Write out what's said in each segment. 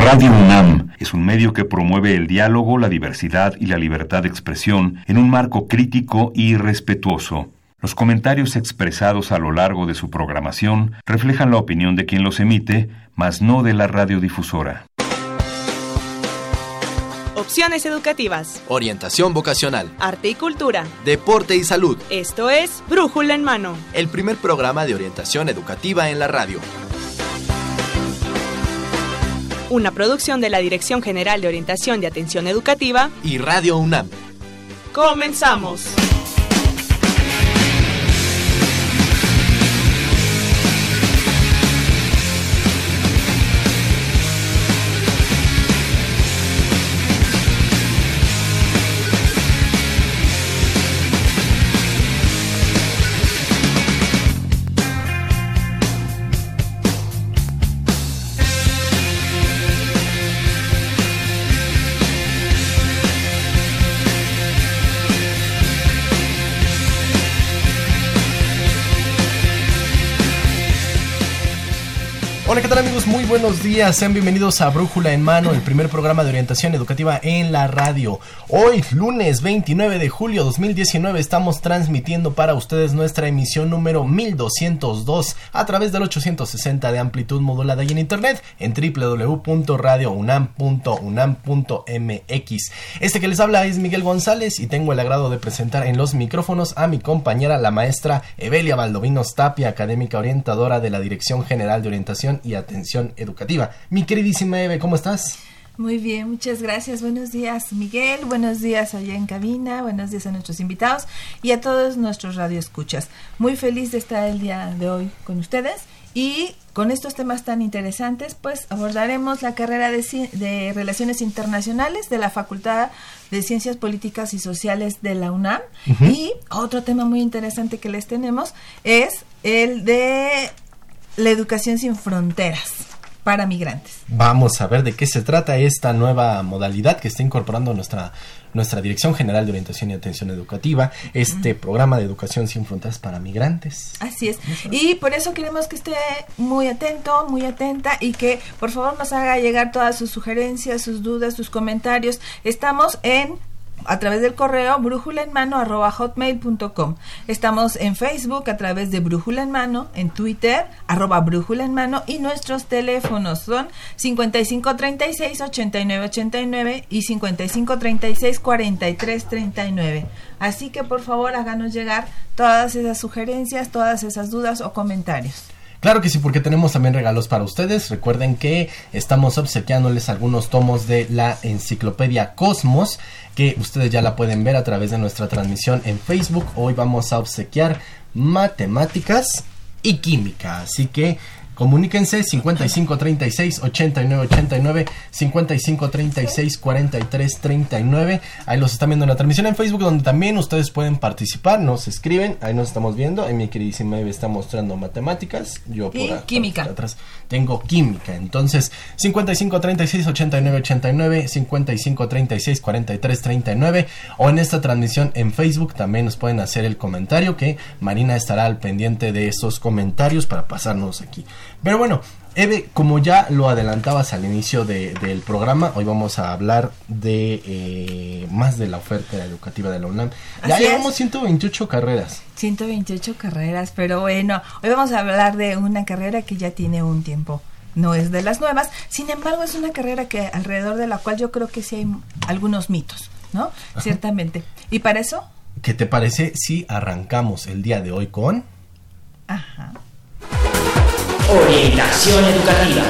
Radio UNAM es un medio que promueve el diálogo, la diversidad y la libertad de expresión en un marco crítico y respetuoso. Los comentarios expresados a lo largo de su programación reflejan la opinión de quien los emite, mas no de la radiodifusora. Opciones educativas, orientación vocacional, arte y cultura, deporte y salud. Esto es Brújula en Mano, el primer programa de orientación educativa en la radio. Una producción de la Dirección General de Orientación de Atención Educativa y Radio UNAM. ¡Comenzamos! Hola, ¿qué tal amigos? Muy buenos días, sean bienvenidos a Brújula en Mano, el primer programa de orientación educativa en la radio. Hoy, lunes 29 de julio 2019, estamos transmitiendo para ustedes nuestra emisión número 1202 a través del 860 de amplitud modulada y en internet en www.radiounam.unam.mx. Este que les habla es Miguel González y tengo el agrado de presentar en los micrófonos a mi compañera, la maestra Evelia Valdovinos Tapia, académica orientadora de la Dirección General de Orientación y Atención Educativa. Mi queridísima Eve, ¿cómo estás? Muy bien, muchas gracias. Buenos días, Miguel. Buenos días allá en cabina. Buenos días a nuestros invitados y a todos nuestros radioescuchas. Muy feliz de estar el día de hoy con ustedes y con estos temas tan interesantes, pues abordaremos la carrera de Relaciones Internacionales de la Facultad de Ciencias Políticas y Sociales de la UNAM. Y otro tema muy interesante que les tenemos es el de la educación sin fronteras para migrantes. Vamos a ver de qué se trata esta nueva modalidad que está incorporando nuestra Dirección General de Orientación y Atención Educativa, este programa de educación sin fronteras para migrantes. Así es, y por eso queremos que esté muy atento, muy atenta y que por favor nos haga llegar todas sus sugerencias, sus dudas, sus comentarios. Estamos a través del correo brújulaenmano@hotmail.com. Estamos en Facebook a través de Brújula en Mano, en Twitter @Brújula en Mano y nuestros teléfonos son 5536-8989 y 5536-4339. Así que por favor háganos llegar todas esas sugerencias, todas esas dudas o comentarios. Claro que sí, porque tenemos también regalos para ustedes. Recuerden que estamos obsequiándoles algunos tomos de la enciclopedia Cosmos, que ustedes ya la pueden ver a través de nuestra transmisión en Facebook. Hoy vamos a obsequiar matemáticas y química, así que comuníquense 5536-8989, 5536-4339. Ahí los están viendo en la transmisión en Facebook, donde también ustedes pueden participar. Nos escriben, ahí nos estamos viendo. Ahí mi queridísima Eve está mostrando matemáticas. Yo por química. Por atrás tengo química. Entonces, 5536-8989, 5536-4339. O en esta transmisión en Facebook también nos pueden hacer el comentario, que Marina estará al pendiente de esos comentarios para pasarnos aquí. Pero bueno, Eve, como ya lo adelantabas al inicio del programa, hoy vamos a hablar de más de la oferta educativa de la UNAM. Ya llevamos 128 carreras. 128 carreras, pero bueno, hoy vamos a hablar de una carrera que ya tiene un tiempo. No es de las nuevas, sin embargo es una carrera que alrededor de la cual yo creo que sí hay algunos mitos, ¿no? Ajá. Ciertamente. ¿Y para eso? ¿Qué te parece si arrancamos el día de hoy con? Ajá. Orientación educativa.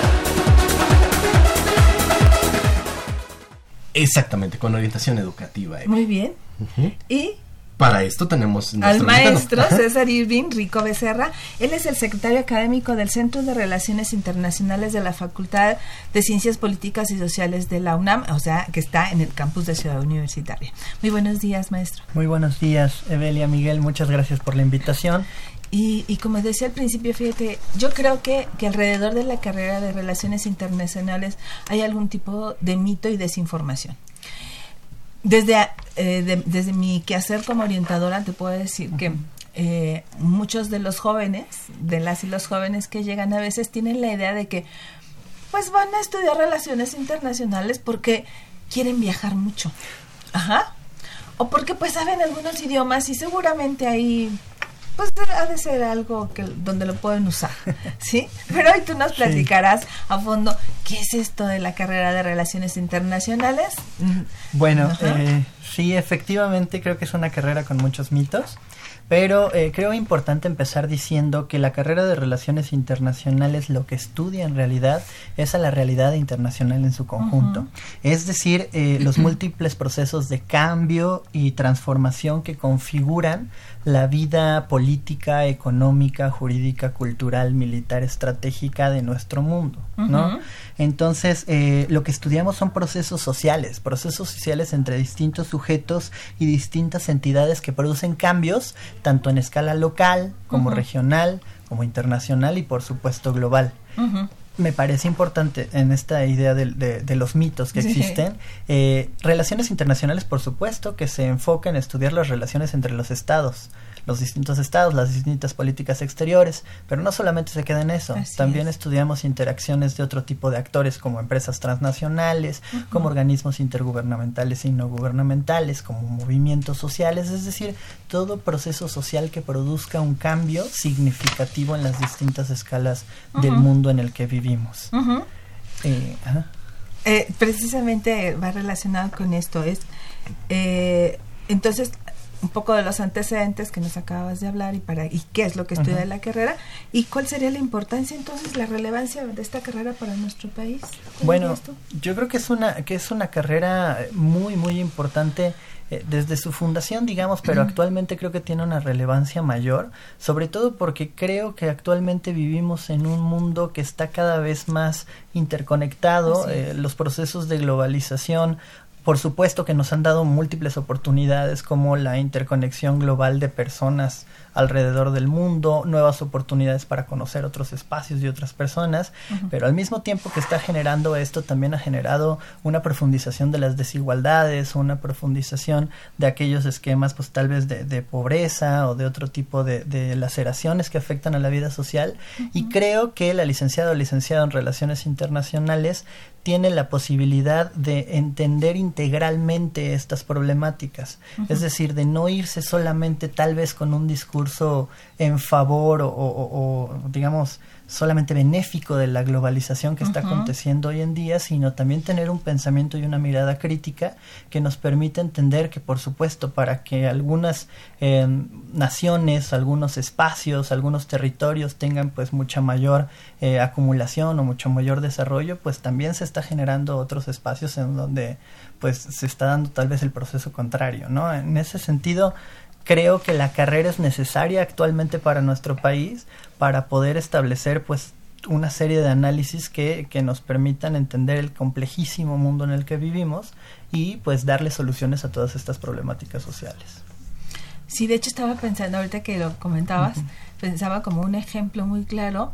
Exactamente, con orientación educativa. Muy bien. Y para esto tenemos al maestro César Irving Rico Becerra. Él es el secretario académico del Centro de Relaciones Internacionales de la Facultad de Ciencias Políticas y Sociales de la UNAM, o sea, que está en el campus de Ciudad Universitaria. Muy buenos días, maestro. Muy buenos días, Evelia, Miguel, muchas gracias por la invitación. Y como decía al principio, fíjate, yo creo que alrededor de la carrera de Relaciones Internacionales hay algún tipo de mito y desinformación. Desde mi quehacer como orientadora te puedo decir que muchos de los jóvenes, de las y los jóvenes que llegan a veces tienen la idea de que pues van a estudiar relaciones internacionales porque quieren viajar mucho. Ajá. O porque pues saben algunos idiomas y seguramente ahí pues ha de ser algo donde lo pueden usar, ¿sí? Pero hoy tú nos platicarás a fondo qué es esto de la carrera de Relaciones Internacionales. Bueno, sí, efectivamente creo que es una carrera con muchos mitos, pero creo importante empezar diciendo que la carrera de Relaciones Internacionales lo que estudia en realidad es a la realidad internacional en su conjunto. Es decir, los múltiples procesos de cambio y transformación que configuran la vida política, económica, jurídica, cultural, militar, estratégica de nuestro mundo, ¿no? Entonces, lo que estudiamos son procesos sociales entre distintos sujetos y distintas entidades que producen cambios, tanto en escala local, como regional, como internacional y por supuesto global. Me parece importante en esta idea de los mitos que existen. Relaciones internacionales, por supuesto, que se enfoca en estudiar las relaciones entre los estados, los distintos estados, las distintas políticas exteriores, pero no solamente se queda en eso. También estudiamos interacciones de otro tipo de actores, como empresas transnacionales, como organismos intergubernamentales y no gubernamentales, como movimientos sociales, es decir, todo proceso social que produzca un cambio significativo en las distintas escalas del mundo en el que vivimos. Precisamente va relacionado con esto. Entonces, un poco de los antecedentes que nos acabas de hablar y qué es lo que estudia la carrera y cuál sería la importancia, entonces, la relevancia de esta carrera para nuestro país. Bueno, yo creo que es una carrera muy, muy importante desde su fundación, digamos, pero actualmente creo que tiene una relevancia mayor, sobre todo porque creo que actualmente vivimos en un mundo que está cada vez más interconectado. Los procesos de globalización, por supuesto que nos han dado múltiples oportunidades, como la interconexión global de personas alrededor del mundo, nuevas oportunidades para conocer otros espacios y otras personas, pero al mismo tiempo que está generando esto, también ha generado una profundización de las desigualdades, una profundización de aquellos esquemas, pues tal vez de pobreza o de otro tipo de laceraciones que afectan a la vida social, y creo que la licenciada o licenciado en Relaciones Internacionales tiene la posibilidad de entender integralmente estas problemáticas, es decir, de no irse solamente tal vez con un discurso en favor o digamos solamente benéfico de la globalización que está aconteciendo hoy en día, sino también tener un pensamiento y una mirada crítica que nos permite entender que, por supuesto, para que algunas naciones, algunos espacios, algunos territorios tengan pues mucha mayor acumulación o mucho mayor desarrollo, pues también se está generando otros espacios en donde pues se está dando tal vez el proceso contrario, ¿no? En ese sentido, creo que la carrera es necesaria actualmente para nuestro país para poder establecer pues una serie de análisis que nos permitan entender el complejísimo mundo en el que vivimos y pues darle soluciones a todas estas problemáticas sociales. Sí, de hecho estaba pensando, ahorita que lo comentabas, pensaba como un ejemplo muy claro,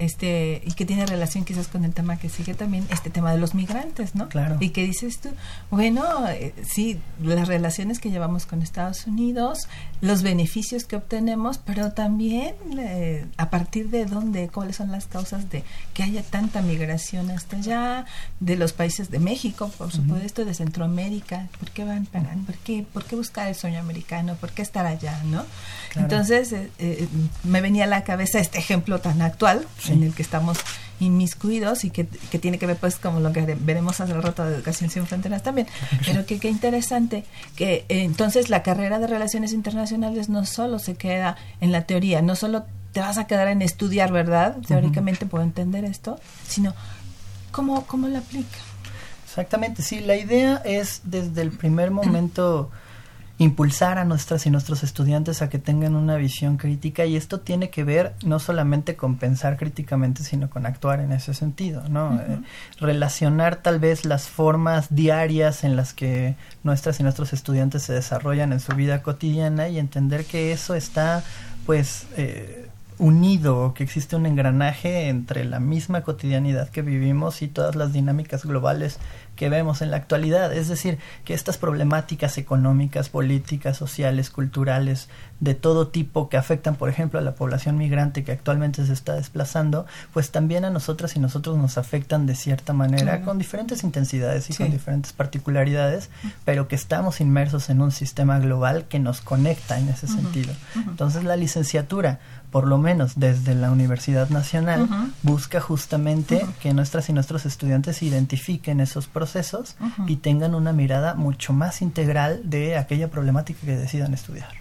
y que tiene relación quizás con el tema que sigue también, este tema de los migrantes, ¿no? Claro. Y que dices tú, bueno, sí, las relaciones que llevamos con Estados Unidos, los beneficios que obtenemos, pero también a partir de dónde, cuáles son las causas de que haya tanta migración hasta allá, de los países de México, por supuesto, de Centroamérica, ¿por qué van para, por qué buscar el sueño americano, por qué estar allá, ¿no? Claro. Entonces, me venía a la cabeza este ejemplo tan actual, en el que estamos inmiscuidos y que tiene que ver pues como lo que veremos hace rato de Educación Sin Fronteras también, pero que qué interesante que entonces la carrera de Relaciones Internacionales no solo se queda en la teoría, no solo te vas a quedar en estudiar, ¿verdad? Teóricamente puedo entender esto, sino ¿cómo la aplica? Exactamente, sí, la idea es desde el primer momento impulsar a nuestras y nuestros estudiantes a que tengan una visión crítica, y esto tiene que ver no solamente con pensar críticamente, sino con actuar en ese sentido, ¿no? Relacionar tal vez las formas diarias en las que nuestras y nuestros estudiantes se desarrollan en su vida cotidiana y entender que eso está pues unido, que existe un engranaje entre la misma cotidianidad que vivimos y todas las dinámicas globales que vemos en la actualidad. Es decir, que estas problemáticas económicas, políticas, sociales, culturales, de todo tipo que afectan, por ejemplo, a la población migrante que actualmente se está desplazando, pues también a nosotras y nosotros nos afectan de cierta manera, con diferentes intensidades y con diferentes particularidades, pero que estamos inmersos en un sistema global que nos conecta en ese sentido. Entonces la licenciatura, por lo menos desde la Universidad Nacional, busca justamente que nuestras y nuestros estudiantes identifiquen esos procesos y tengan una mirada mucho más integral de aquella problemática que decidan estudiar.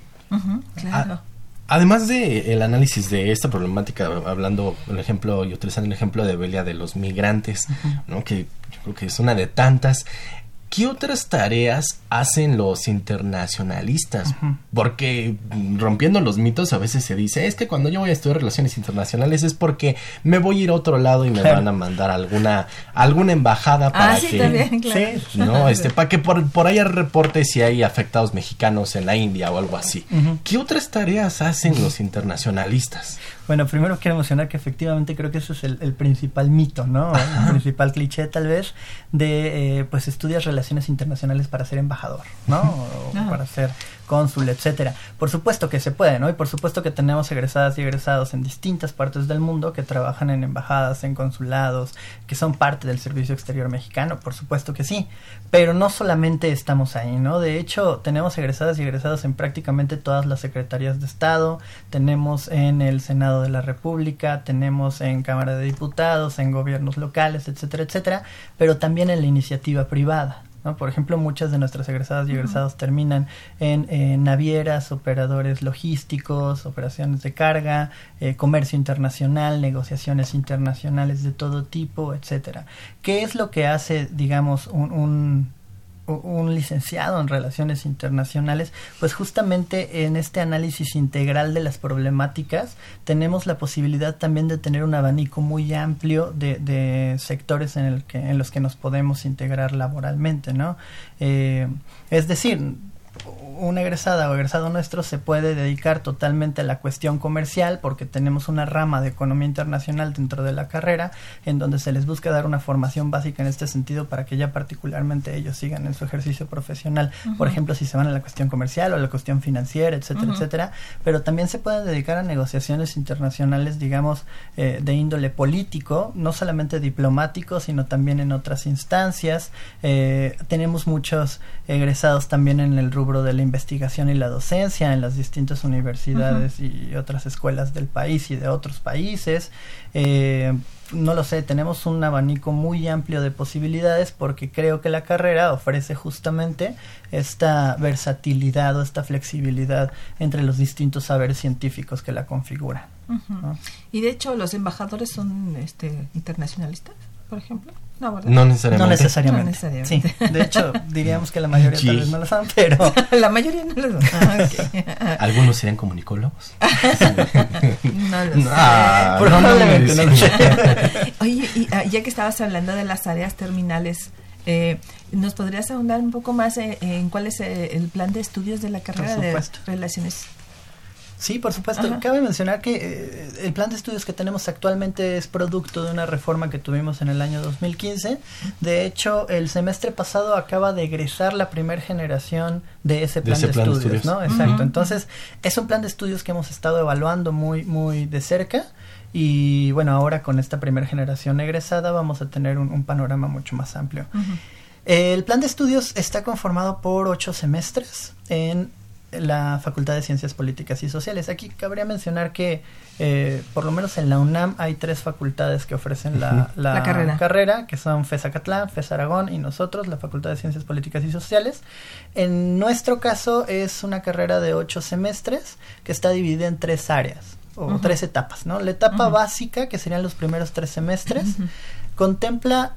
Claro. Además de el análisis de esta problemática, hablando el ejemplo y utilizando el ejemplo de Belia de los migrantes, ¿no? Que yo creo que es una de tantas. ¿Qué otras tareas hacen los internacionalistas? Porque rompiendo los mitos a veces se dice, es que cuando yo voy a estudiar relaciones internacionales es porque me voy a ir a otro lado y me van a mandar alguna embajada para que también, claro. sí, no, para que por ahí reporte si hay afectados mexicanos en la India o algo así. ¿Qué otras tareas hacen los internacionalistas? Bueno, primero quiero mencionar que efectivamente creo que eso es el principal mito, ¿no? El principal cliché tal vez de pues estudias relaciones internacionales para ser embajador, ¿no? O para ser cónsul, etcétera. Por supuesto que se puede, ¿no? Y por supuesto que tenemos egresadas y egresados en distintas partes del mundo que trabajan en embajadas, en consulados, que son parte del servicio exterior mexicano, por supuesto que sí. Pero no solamente estamos ahí, ¿no? De hecho, tenemos egresadas y egresados en prácticamente todas las secretarías de Estado, tenemos en el Senado de la República, tenemos en Cámara de Diputados, en gobiernos locales, etcétera, etcétera, pero también en la iniciativa privada, ¿no? Por ejemplo, muchas de nuestras egresadas y egresados terminan en navieras, operadores logísticos, operaciones de carga, comercio internacional, negociaciones internacionales de todo tipo, etcétera. ¿Qué es lo que hace, digamos, un licenciado en Relaciones Internacionales? Pues justamente en este análisis integral de las problemáticas tenemos la posibilidad también de tener un abanico muy amplio de sectores en los que nos podemos integrar laboralmente, ¿no? Es decir, una egresada o egresado nuestro se puede dedicar totalmente a la cuestión comercial porque tenemos una rama de economía internacional dentro de la carrera en donde se les busca dar una formación básica en este sentido para que ya particularmente ellos sigan en su ejercicio profesional, por ejemplo, si se van a la cuestión comercial o a la cuestión financiera, etcétera, etcétera, pero también se pueden dedicar a negociaciones internacionales, digamos, de índole político, no solamente diplomático, sino también en otras instancias. Tenemos muchos egresados también en el rubro de la investigación y la docencia en las distintas universidades y otras escuelas del país y de otros países. No lo sé, tenemos un abanico muy amplio de posibilidades porque creo que la carrera ofrece justamente esta versatilidad o esta flexibilidad entre los distintos saberes científicos que la configuran, ¿no? Y de hecho, ¿los embajadores son internacionalistas, por ejemplo? No, ¿verdad? No necesariamente. No necesariamente. Sí, de hecho, diríamos que la mayoría tal vez no lo son, pero... La mayoría no lo son. Okay. ¿Algunos serían comunicólogos? No lo sé. Probablemente no lo sé. Oye, y ya que estabas hablando de las áreas terminales, ¿nos podrías ahondar un poco más en cuál es el plan de estudios de la carrera de Relaciones? Sí, por supuesto. Ajá. Cabe mencionar que el plan de estudios que tenemos actualmente es producto de una reforma que tuvimos en el año 2015. De hecho, el semestre pasado acaba de egresar la primera generación de ese plan de estudios, ¿no? Exacto. Entonces, es un plan de estudios que hemos estado evaluando muy, muy de cerca. Y bueno, ahora con esta primera generación egresada vamos a tener un panorama mucho más amplio. El plan de estudios está conformado por 8 semestres en la Facultad de Ciencias Políticas y Sociales. Aquí cabría mencionar que por lo menos en la UNAM hay 3 facultades que ofrecen la carrera, que son FES Acatlán, FES Aragón y nosotros, la Facultad de Ciencias Políticas y Sociales. En nuestro caso es una carrera de 8 semestres que está dividida en 3 áreas o 3 etapas, ¿no? La etapa básica, que serían los primeros 3 semestres, contempla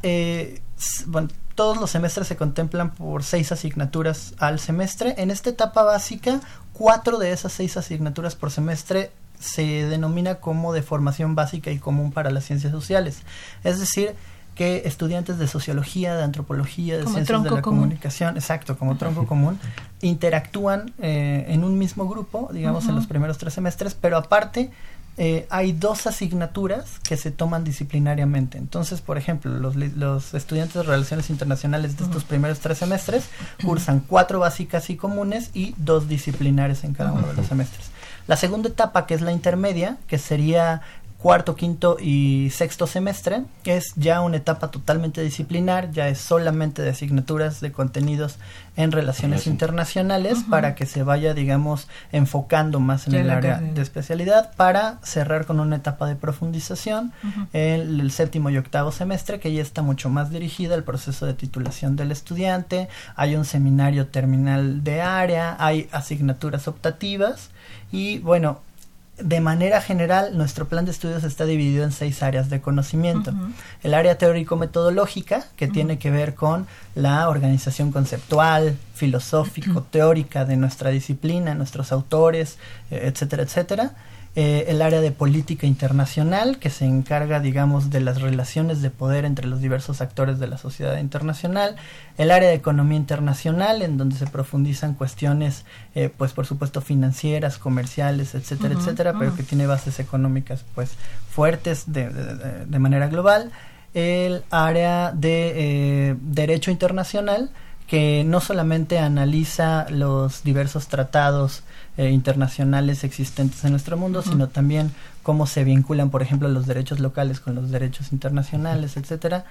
todos los semestres se contemplan por 6 asignaturas al semestre. En esta etapa básica, 4 de esas 6 asignaturas por semestre se denomina como de formación básica y común para las ciencias sociales. Es decir, que estudiantes de sociología, de antropología, de ciencias de la comunicación, exacto, como tronco común, interactúan en un mismo grupo, digamos, en los primeros 3 semestres, pero aparte hay 2 asignaturas que se toman disciplinariamente. Entonces, por ejemplo, los estudiantes de Relaciones Internacionales de estos primeros 3 semestres cursan 4 básicas y comunes y 2 disciplinares en cada uno de los semestres. La segunda etapa, que es la intermedia, que sería cuarto, quinto y sexto semestre, es ya una etapa totalmente disciplinar, ya es solamente de asignaturas de contenidos en relaciones internacionales, para que se vaya, digamos, enfocando más en el área de especialidad, para cerrar con una etapa de profundización en el séptimo y octavo semestre, que ya está mucho más dirigida al proceso de titulación del estudiante. Hay un seminario terminal de área, hay asignaturas optativas y, bueno, de manera general, nuestro plan de estudios está dividido en 6 áreas de conocimiento. El área teórico-metodológica, que tiene que ver con la organización conceptual, filosófico-teórica de nuestra disciplina, nuestros autores, etcétera, etcétera. El área de política internacional, que se encarga, digamos, de las relaciones de poder entre los diversos actores de la sociedad internacional. El área de economía internacional, en donde se profundizan cuestiones, pues por supuesto financieras, comerciales, etcétera, etcétera, pero que tiene bases económicas pues fuertes de manera global. El área de derecho internacional, que no solamente analiza los diversos tratados internacionales existentes en nuestro mundo, sino también cómo se vinculan, por ejemplo, los derechos locales con los derechos internacionales, etcétera.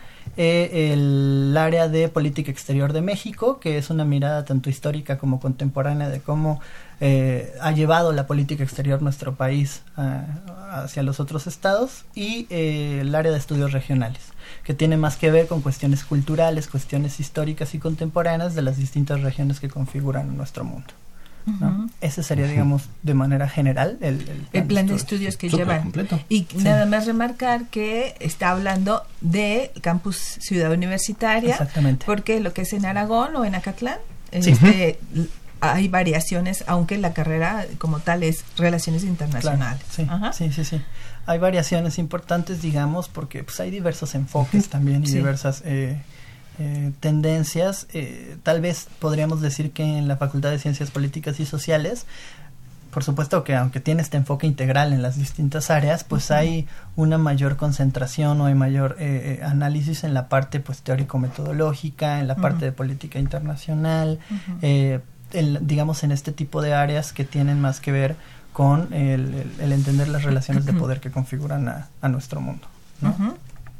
El área de política exterior de México, que es una mirada tanto histórica como contemporánea de cómo ha llevado la política exterior nuestro país hacia los otros estados, y el área de estudios regionales, que tiene más que ver con cuestiones culturales, cuestiones históricas y contemporáneas de las distintas regiones que configuran nuestro mundo, ¿no? Ese sería, digamos, de manera general el plan de estudios que llevan. Completo. Y nada más remarcar que está hablando de Campus Ciudad Universitaria. Exactamente. Porque lo que es en Aragón o en Acatlán, Sí. hay variaciones, aunque la carrera como tal es Relaciones Internacionales. Claro, sí. Hay variaciones importantes, digamos, porque pues hay diversos enfoques también y diversas tendencias. Tal vez podríamos decir que en la Facultad de Ciencias Políticas y Sociales, por supuesto que aunque tiene este enfoque integral en las distintas áreas, pues hay una mayor concentración o hay mayor análisis en la parte pues teórico-metodológica, en la parte de política internacional, digamos en este tipo de áreas que tienen más que ver con el entender las relaciones de poder que configuran a nuestro mundo, ¿no?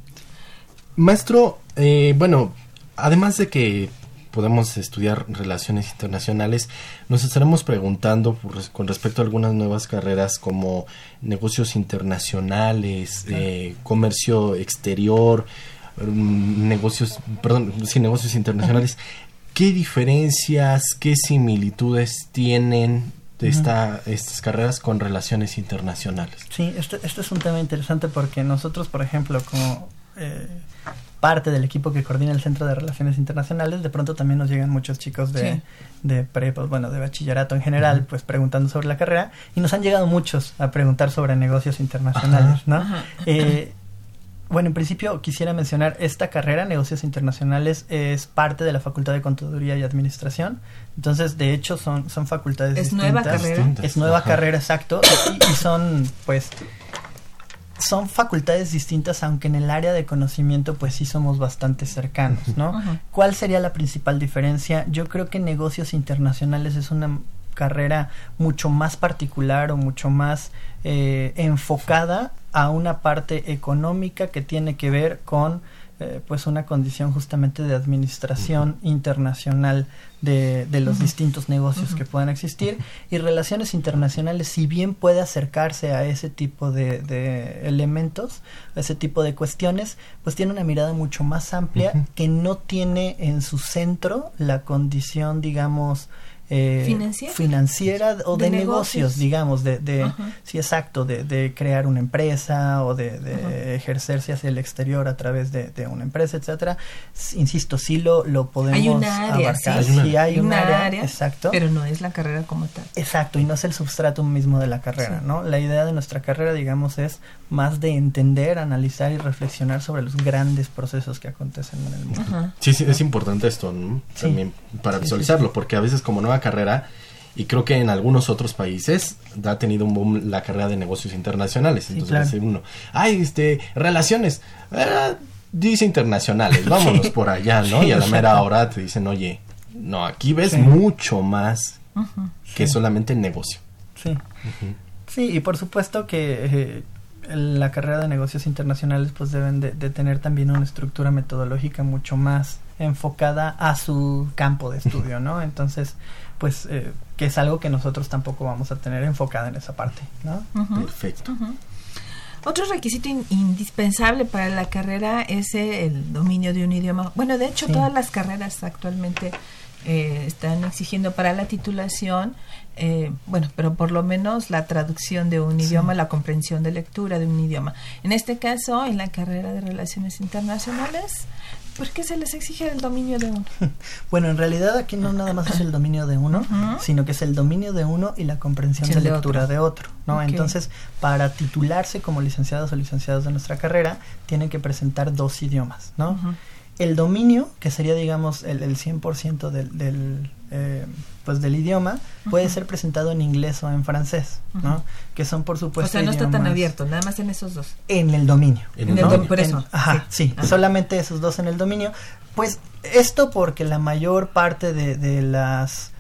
Maestro, bueno, además de que podemos estudiar relaciones internacionales, nos estaremos preguntando con respecto a algunas nuevas carreras como negocios internacionales, comercio exterior, negocios internacionales. ¿Qué diferencias, qué similitudes tienen de estas carreras con relaciones internacionales? Sí, esto es un tema interesante porque nosotros, por ejemplo, como parte del equipo que coordina el Centro de Relaciones Internacionales, de pronto también nos llegan muchos chicos de prepa, bueno, de bachillerato en general, pues preguntando sobre la carrera, y nos han llegado muchos a preguntar sobre negocios internacionales, ¿no? Bueno, en principio quisiera mencionar esta carrera, Negocios Internacionales, es parte de la Facultad de Contaduría y Administración. Entonces, de hecho, son facultades distintas. ¿Es nueva carrera? Es nueva carrera, exacto. Y son, pues, son facultades distintas, aunque en el área de conocimiento, pues sí somos bastante cercanos, ¿no? ¿Cuál sería la principal diferencia? Yo creo que Negocios Internacionales es una carrera mucho más particular o mucho más enfocada a una parte económica que tiene que ver con pues una condición justamente de administración internacional de los distintos negocios que puedan existir, y relaciones internacionales, si bien puede acercarse a ese tipo de elementos, a ese tipo de cuestiones, pues tiene una mirada mucho más amplia que no tiene en su centro la condición, digamos, financiera o de negocios, digamos, sí, exacto, de crear una empresa o de ejercerse hacia el exterior a través de una empresa, etcétera. Insisto, sí lo podemos hay una área, abarcar. Sí, hay una área, exacto. Pero no es la carrera como tal. Exacto, y no es el substrato mismo de la carrera, ¿no? La idea de nuestra carrera, digamos, es más de entender, analizar y reflexionar sobre los grandes procesos que acontecen en el mundo. Sí, es importante esto, ¿no? También para visualizarlo, porque a veces como nueva carrera Y creo que en algunos otros países ha tenido un boom la carrera de negocios internacionales. Sí, Entonces claro. dice uno, relaciones, dice internacionales, vámonos por allá, ¿no? Y a la mera hora te dicen, oye, no, aquí ves mucho más que solamente el negocio. Sí. Sí, y por supuesto que la carrera de negocios internacionales pues deben de tener también una estructura metodológica mucho más enfocada a su campo de estudio, ¿no? Entonces, pues, que es algo que nosotros tampoco vamos a tener enfocada en esa parte, ¿no? Perfecto. Otro requisito indispensable para la carrera es el dominio de un idioma. Bueno, de hecho, todas las carreras actualmente están exigiendo para la titulación, pero por lo menos la traducción de un idioma, la comprensión de lectura de un idioma. En este caso, en la carrera de Relaciones Internacionales, ¿por qué se les exige el dominio de uno? Bueno, en realidad aquí no nada más es el dominio de uno, sino que es el dominio de uno y la comprensión de lectura de otro, ¿no? Okay. Entonces, para titularse como licenciados o licenciados de nuestra carrera, tienen que presentar 2 idiomas, ¿no? El dominio, que sería, digamos, el 100% del idioma, puede ser presentado en inglés o en francés, ¿no? Que son, por supuesto, o sea, no está tan abierto, nada más en esos 2. En el dominio. Por eso. Sí, solamente esos 2 en el dominio. Pues, esto porque la mayor parte de las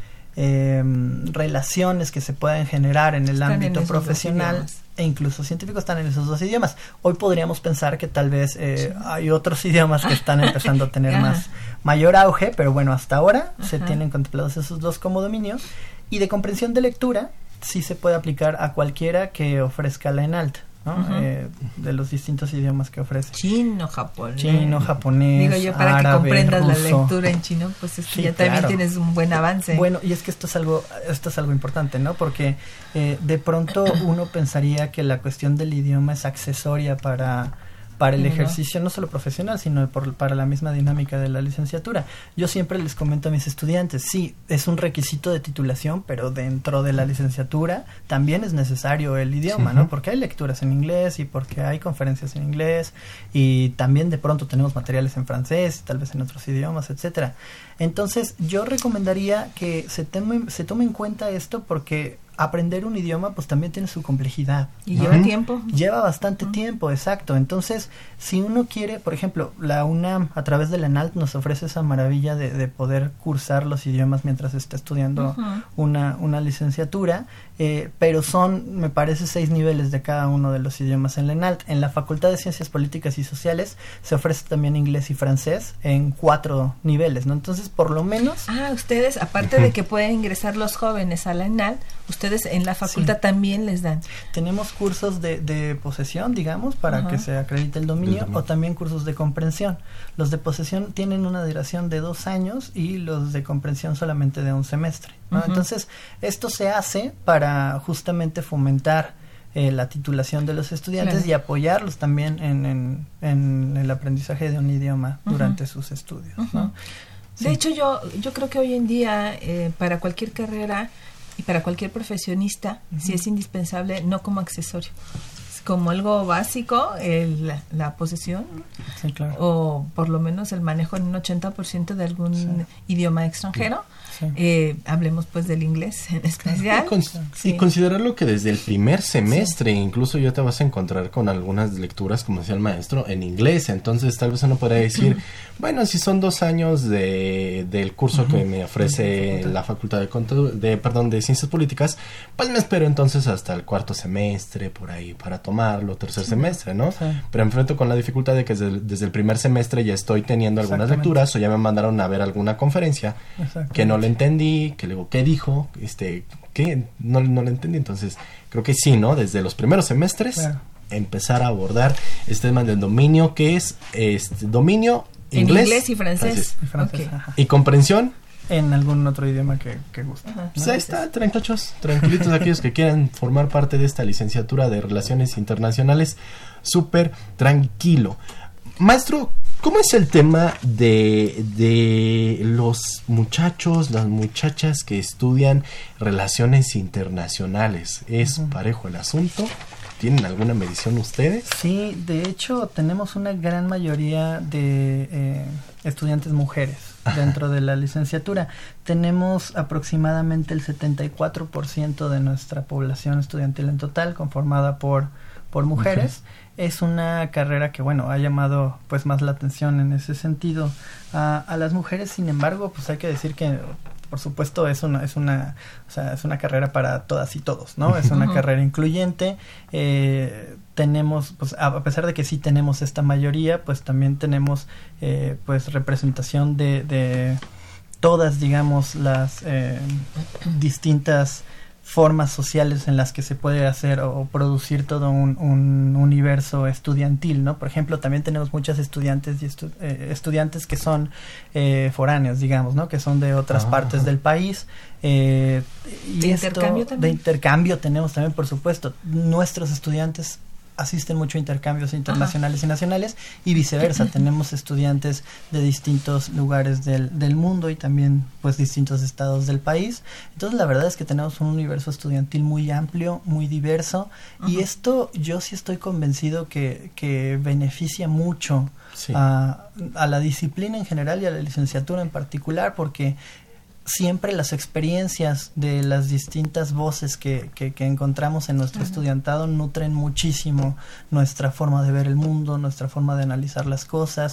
relaciones que se pueden generar en el ámbito profesional e incluso científicos están en esos 2 idiomas. Hoy podríamos pensar que tal vez hay otros idiomas que están empezando a tener mayor auge, pero bueno, hasta ahora se tienen contemplados esos 2 como dominio. Y de comprensión de lectura sí se puede aplicar a cualquiera que ofrezca la ENALT, ¿no? De los distintos idiomas que ofrece. Chino, japonés. Digo yo, para árabe, que comprendas ruso. La lectura en chino, pues es que ya también tienes un buen avance. Bueno, y es que esto es algo importante, ¿no? Porque de pronto uno pensaría que la cuestión del idioma es accesoria para el ejercicio no solo profesional, sino para la misma dinámica de la licenciatura. Yo siempre les comento a mis estudiantes, sí, es un requisito de titulación, pero dentro de la licenciatura también es necesario el idioma, ¿no? Porque hay lecturas en inglés y porque hay conferencias en inglés y también de pronto tenemos materiales en francés, tal vez en otros idiomas, etcétera. Entonces, yo recomendaría que se tome en cuenta esto porque aprender un idioma pues también tiene su complejidad. Y lleva tiempo. Lleva bastante tiempo, exacto. Entonces, si uno quiere, por ejemplo, la UNAM a través de la ENALT nos ofrece esa maravilla de poder cursar los idiomas mientras está estudiando una licenciatura, pero son, me parece, 6 niveles de cada uno de los idiomas en la ENALT. En la Facultad de Ciencias Políticas y Sociales se ofrece también inglés y francés en 4 niveles, ¿no? Entonces, por lo menos... ustedes, aparte de que pueden ingresar los jóvenes a la ENALT, ustedes en la facultad también les dan. Tenemos cursos de posesión, digamos, para que se acredite el dominio, o también cursos de comprensión. Los de posesión tienen una duración de 2 años y los de comprensión solamente de 1 semestre, ¿no? Entonces, esto se hace para justamente fomentar la titulación de los estudiantes y apoyarlos también en el aprendizaje de un idioma durante sus estudios, ¿no? De hecho, yo creo que hoy en día para cualquier carrera y para cualquier profesionista sí es indispensable, no como accesorio, es como algo básico, la posesión, o por lo menos el manejo en un 80% de algún idioma extranjero. Hablemos pues del inglés en especial. Y considerarlo que desde el primer semestre incluso ya te vas a encontrar con algunas lecturas, como decía el maestro, en inglés. Entonces tal vez uno podría decir, bueno, si son 2 años del curso que me ofrece la Facultad de Ciencias Políticas, pues me espero entonces hasta el 4º semestre por ahí para tomarlo, 3er semestre, ¿no? Pero enfrento con la dificultad de que desde el primer semestre ya estoy teniendo algunas lecturas o ya me mandaron a ver alguna conferencia que no le entendí, que luego, ¿qué dijo? Que no le entendí. Entonces, creo que sí, ¿no? Desde los primeros semestres, empezar a abordar este tema del dominio, que es dominio inglés y francés. Y comprensión en algún otro idioma que guste. Pues ahí está, tranquilitos aquellos que quieran formar parte de esta licenciatura de Relaciones Internacionales, súper tranquilo. Maestro, ¿cómo es el tema de los muchachos, las muchachas que estudian relaciones internacionales? ¿Es parejo el asunto? ¿Tienen alguna medición ustedes? Sí, de hecho tenemos una gran mayoría de estudiantes mujeres. dentro de la licenciatura. Tenemos aproximadamente el 74% de nuestra población estudiantil en total conformada por mujeres. Es una carrera que, bueno, ha llamado pues más la atención en ese sentido a las mujeres. Sin embargo, pues hay que decir que por supuesto es una carrera para todas y todos, ¿no? Es una carrera incluyente. Tenemos, pues a pesar de que sí tenemos esta mayoría, pues también tenemos pues representación de todas, digamos, las distintas formas sociales en las que se puede hacer o producir todo un universo estudiantil, ¿no? Por ejemplo, también tenemos muchas estudiantes y estudiantes que son foráneos, digamos, ¿no? Que son de otras partes del país. ¿De intercambio también? De intercambio tenemos también, por supuesto. Nuestros estudiantes asisten mucho a intercambios internacionales y nacionales, y viceversa. Tenemos estudiantes de distintos lugares del mundo y también pues distintos estados del país. Entonces la verdad es que tenemos un universo estudiantil muy amplio, muy diverso, y esto yo sí estoy convencido que beneficia mucho a la disciplina en general y a la licenciatura en particular, porque siempre las experiencias de las distintas voces que encontramos en nuestro estudiantado nutren muchísimo nuestra forma de ver el mundo, nuestra forma de analizar las cosas,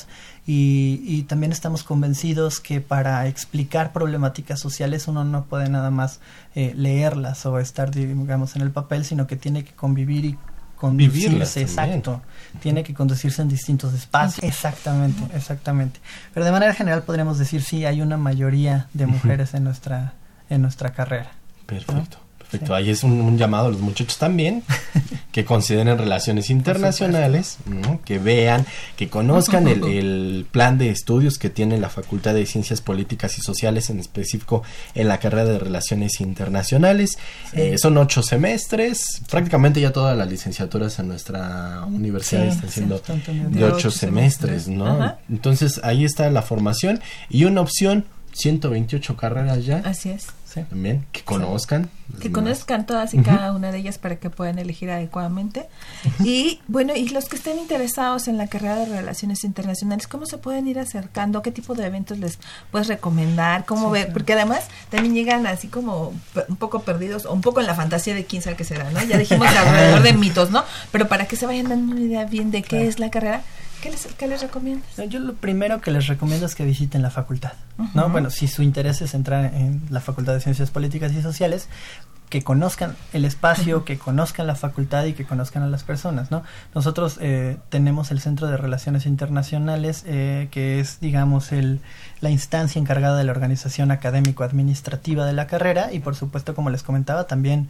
y también estamos convencidos que para explicar problemáticas sociales uno no puede nada más leerlas o estar, digamos, en el papel, sino que tiene que convivir y conducirse, exacto, tiene que conducirse en distintos espacios, exactamente, pero de manera general podríamos decir sí, hay una mayoría de mujeres en nuestra carrera. Perfecto. Ahí es un llamado a los muchachos también que consideren relaciones internacionales, ¿no? Que vean, que conozcan el plan de estudios que tiene la Facultad de Ciencias Políticas y Sociales, en específico en la carrera de Relaciones Internacionales. Son 8 semestres, prácticamente ya todas las licenciaturas en nuestra universidad están siendo de 8 semestres, ¿no? Entonces ahí está la formación y una opción, 128 carreras ya. Así es. También, que conozcan. Que conozcan todas y cada una de ellas para que puedan elegir adecuadamente. Y bueno, y los que estén interesados en la carrera de Relaciones Internacionales, ¿cómo se pueden ir acercando? ¿Qué tipo de eventos les puedes recomendar? ¿Cómo ver? Porque además también llegan así como un poco perdidos o un poco en la fantasía de quién sabe qué será, ¿no? Ya dijimos alrededor de mitos, ¿no? Pero para que se vayan dando una idea bien de qué es la carrera, ¿qué les recomiendas? Yo lo primero que les recomiendo es que visiten la facultad, ¿no? Bueno, si su interés es entrar en la Facultad de Ciencias Políticas y Sociales, que conozcan el espacio, que conozcan la facultad y que conozcan a las personas, ¿no? Nosotros tenemos el Centro de Relaciones Internacionales, que es, digamos, la instancia encargada de la organización académico-administrativa de la carrera, y por supuesto, como les comentaba, también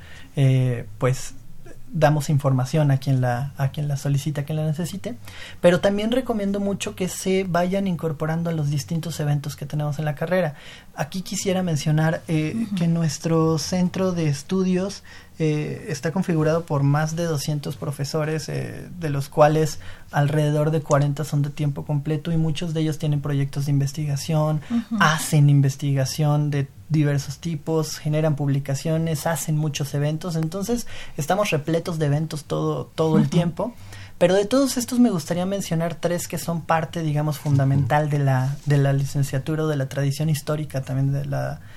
pues damos información a quien la solicita, a quien la necesite, pero también recomiendo mucho que se vayan incorporando a los distintos eventos que tenemos en la carrera. Aquí quisiera mencionar que nuestro centro de estudios está configurado por más de 200 profesores, de los cuales alrededor de 40 son de tiempo completo, y muchos de ellos tienen proyectos de investigación, hacen investigación de diversos tipos, generan publicaciones, hacen muchos eventos. Entonces estamos repletos de eventos todo el tiempo. Pero de todos estos me gustaría mencionar 3 que son parte, digamos, fundamental de la licenciatura, o de la tradición histórica también de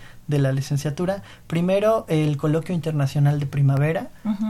la licenciatura. Primero, el Coloquio Internacional de Primavera,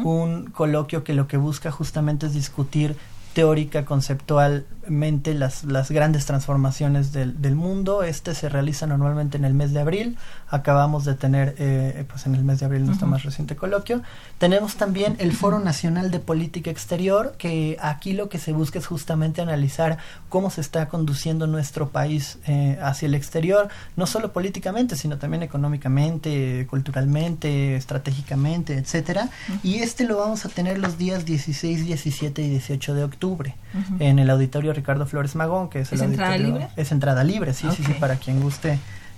un coloquio que lo que busca justamente es discutir teórica, conceptualmente las grandes transformaciones del mundo. Este se realiza normalmente en el mes de abril. Acabamos de tener pues en el mes de abril nuestro más reciente coloquio. Tenemos también el Foro Nacional de Política Exterior, que aquí lo que se busca es justamente analizar cómo se está conduciendo nuestro país hacia el exterior, no solo políticamente, sino también económicamente, culturalmente, estratégicamente, etcétera. Y este lo vamos a tener los días 16, 17 y 18 de octubre en el Auditorio Ricardo Flores Magón, que es el auditorio. ¿Es entrada libre? Es entrada libre, sí, para quien guste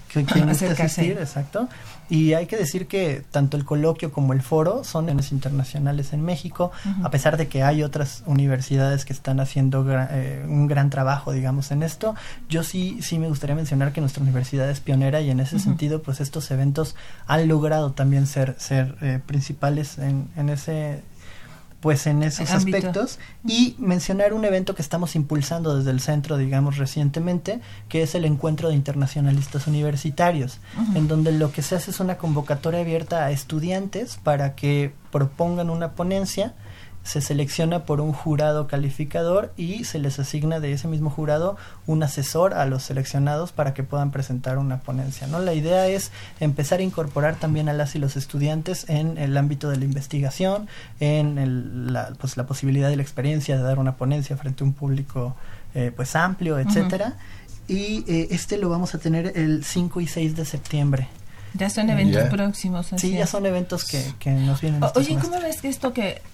asistir, exacto. Y hay que decir que tanto el coloquio como el foro son internacionales en México, a pesar de que hay otras universidades que están haciendo un gran trabajo, digamos, en esto. Yo sí me gustaría mencionar que nuestra universidad es pionera, y en ese sentido, pues estos eventos han logrado también ser principales en ese pues en esos aspectos, y mencionar un evento que estamos impulsando desde el centro, digamos, recientemente, que es el Encuentro de Internacionalistas Universitarios, en donde lo que se hace es una convocatoria abierta a estudiantes para que propongan una ponencia. Se selecciona por un jurado calificador y se les asigna de ese mismo jurado un asesor a los seleccionados para que puedan presentar una ponencia, ¿no? La idea es empezar a incorporar también a las y los estudiantes en el ámbito de la investigación, en la posibilidad de la experiencia de dar una ponencia frente a un público pues amplio, etcétera. Y lo vamos a tener el 5 y 6 de septiembre. Ya son eventos próximos. Sí, ya son eventos que nos vienen. Oye, ¿cómo ves que esto que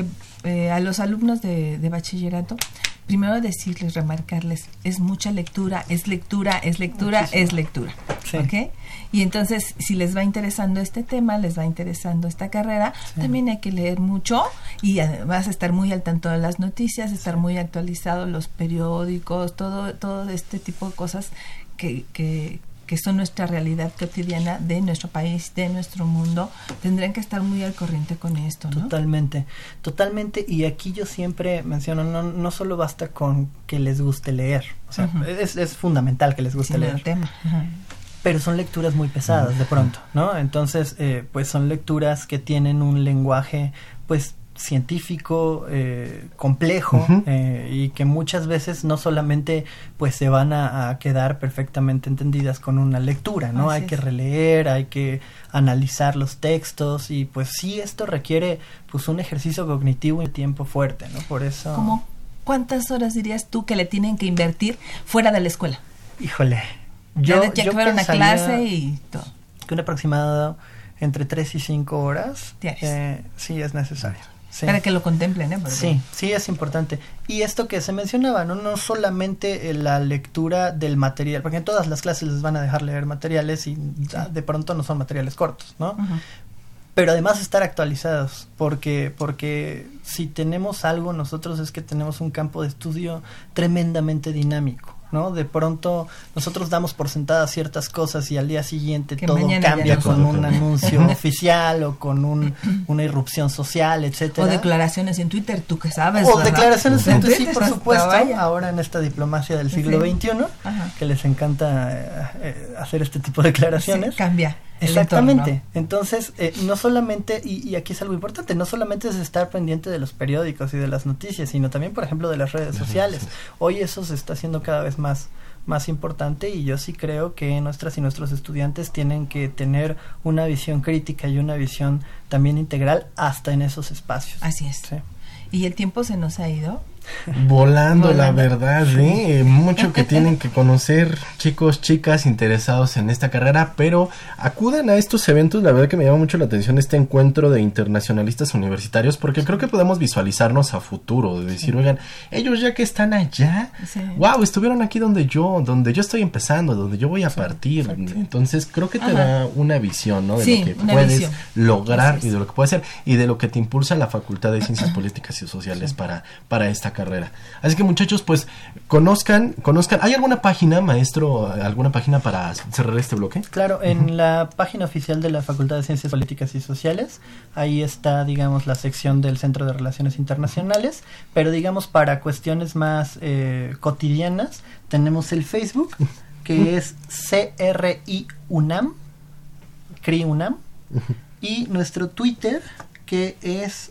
a los alumnos de bachillerato, primero decirles, remarcarles, es mucha lectura, es lectura, es lectura, muchísimo. Es lectura, sí. ¿Ok? Y entonces, si les va interesando este tema, les va interesando esta carrera, sí. También hay que leer mucho y además estar muy al tanto de las noticias, estar muy actualizados los periódicos, todo este tipo de cosas que son nuestra realidad cotidiana de nuestro país, de nuestro mundo, tendrán que estar muy al corriente con esto, ¿no? Totalmente, y aquí yo siempre menciono, no solo basta con que les guste leer, o sea, es fundamental que les guste leer. El tema. Pero son lecturas muy pesadas de pronto, ¿no? Entonces, pues son lecturas que tienen un lenguaje, pues, científico, complejo, y que muchas veces no solamente pues se van a quedar perfectamente entendidas con una lectura, ¿no? Hay que releer, hay que analizar los textos, y pues sí, esto requiere pues un ejercicio cognitivo y tiempo fuerte, ¿no? Por eso... ¿Cómo? ¿Cuántas horas dirías tú que le tienen que invertir fuera de la escuela? Híjole, yo fuera una clase y todo. Que un aproximado entre 3 y 5 horas sí es necesario. Sí. Para que lo contemplen, ¿eh? Sí, es importante. Y esto que se mencionaba, no solamente la lectura del material, porque en todas las clases les van a dejar leer materiales y de pronto no son materiales cortos, ¿no? Pero además estar actualizados, porque si tenemos algo nosotros es que tenemos un campo de estudio tremendamente dinámico, ¿no? De pronto nosotros damos por sentadas ciertas cosas y al día siguiente que todo cambia con un anuncio oficial o con una irrupción social, etcétera. O declaraciones en Twitter, tú que sabes. O declaraciones en Twitter, sí, por supuesto. Ahora en esta diplomacia del siglo XXI, que les encanta hacer este tipo de declaraciones. Sí, cambia. Exactamente. Entonces, no solamente, y aquí es algo importante, no solamente es estar pendiente de los periódicos y de las noticias, sino también, por ejemplo, de las redes sociales. Hoy eso se está haciendo cada vez más importante, y yo sí creo que nuestras y nuestros estudiantes tienen que tener una visión crítica y una visión también integral hasta en esos espacios. Así es. Sí. ¿Y el tiempo se nos ha ido? Volando, la verdad, mucho que tienen que conocer, chicos, chicas interesados en esta carrera, pero acudan a estos eventos. La verdad que me llama mucho la atención este encuentro de internacionalistas universitarios, porque creo que podemos visualizarnos a futuro, de decir, oigan, ellos ya que están allá, wow, estuvieron aquí donde yo estoy empezando, donde yo voy a partir. Exacto. Entonces creo que te da una visión, ¿no? De lo que puedes lograr y de lo que puedes hacer y de lo que te impulsa la Facultad de Ciencias Políticas y Sociales para esta carrera. Así que, muchachos, pues conozcan. ¿Hay alguna página, maestro, alguna página para cerrar este bloque? Claro, en la página oficial de la Facultad de Ciencias Políticas y Sociales, ahí está, digamos, la sección del Centro de Relaciones Internacionales, pero digamos para cuestiones más cotidianas, tenemos el Facebook, que es CRI UNAM, y nuestro Twitter, que es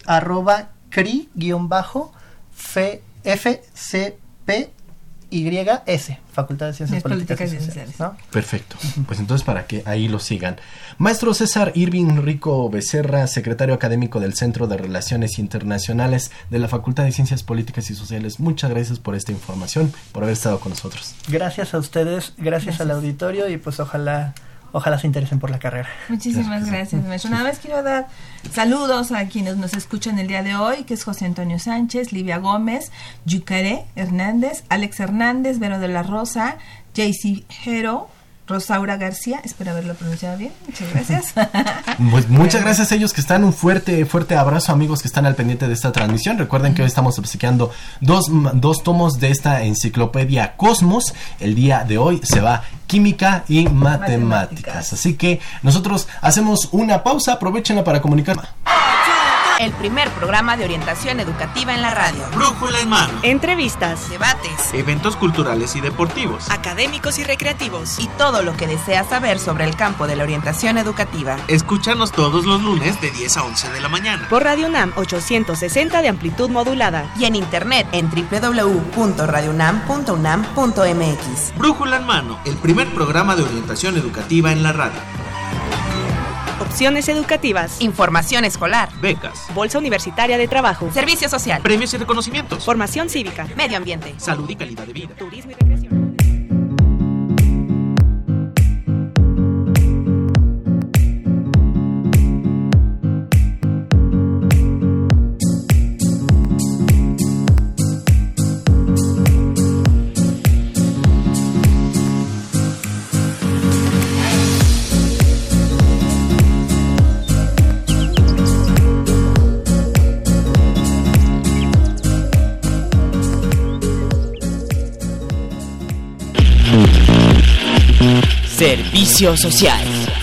@CRI-FCPYS, Facultad de Ciencias Políticas y Sociales, ¿no? Perfecto. Pues entonces para que ahí lo sigan. Maestro César Irving Rico Becerra, secretario académico del Centro de Relaciones Internacionales de la Facultad de Ciencias Políticas y Sociales, muchas gracias por esta información, por haber estado con nosotros. Gracias a ustedes, gracias al auditorio, y pues ojalá se interesen por la carrera. Muchísimas gracias, maestro. Nada más quiero dar saludos a quienes nos escuchan el día de hoy, que es José Antonio Sánchez, Livia Gómez, Yucaré Hernández, Alex Hernández, Vero de la Rosa, Jaycee Jero, Rosaura García, espero haberlo pronunciado bien, muchas gracias. Pues muchas gracias a ellos que están, un fuerte abrazo, amigos que están al pendiente de esta transmisión. Recuerden que hoy estamos obsequiando dos tomos de esta enciclopedia Cosmos. El día de hoy se va Química y Matemáticas. Así que nosotros hacemos una pausa, aprovechenla para comunicar. El primer programa de orientación educativa en la radio. Brújula en mano. Entrevistas, debates, Eventos culturales y deportivos. académicos y recreativos. Y todo lo que deseas saber sobre el campo de la orientación educativa. Escúchanos todos los lunes de 10 a 11 de la mañana. Por Radio UNAM 860 de amplitud modulada. Y en internet en www.radiounam.unam.mx. Brújula en mano, el primer programa de orientación educativa en la radio. Opciones educativas, Información escolar. Becas, bolsa universitaria de trabajo, Servicio social. premios y reconocimientos. formación cívica, Medio ambiente. Salud y calidad de vida. turismo y recreación. Servicio social.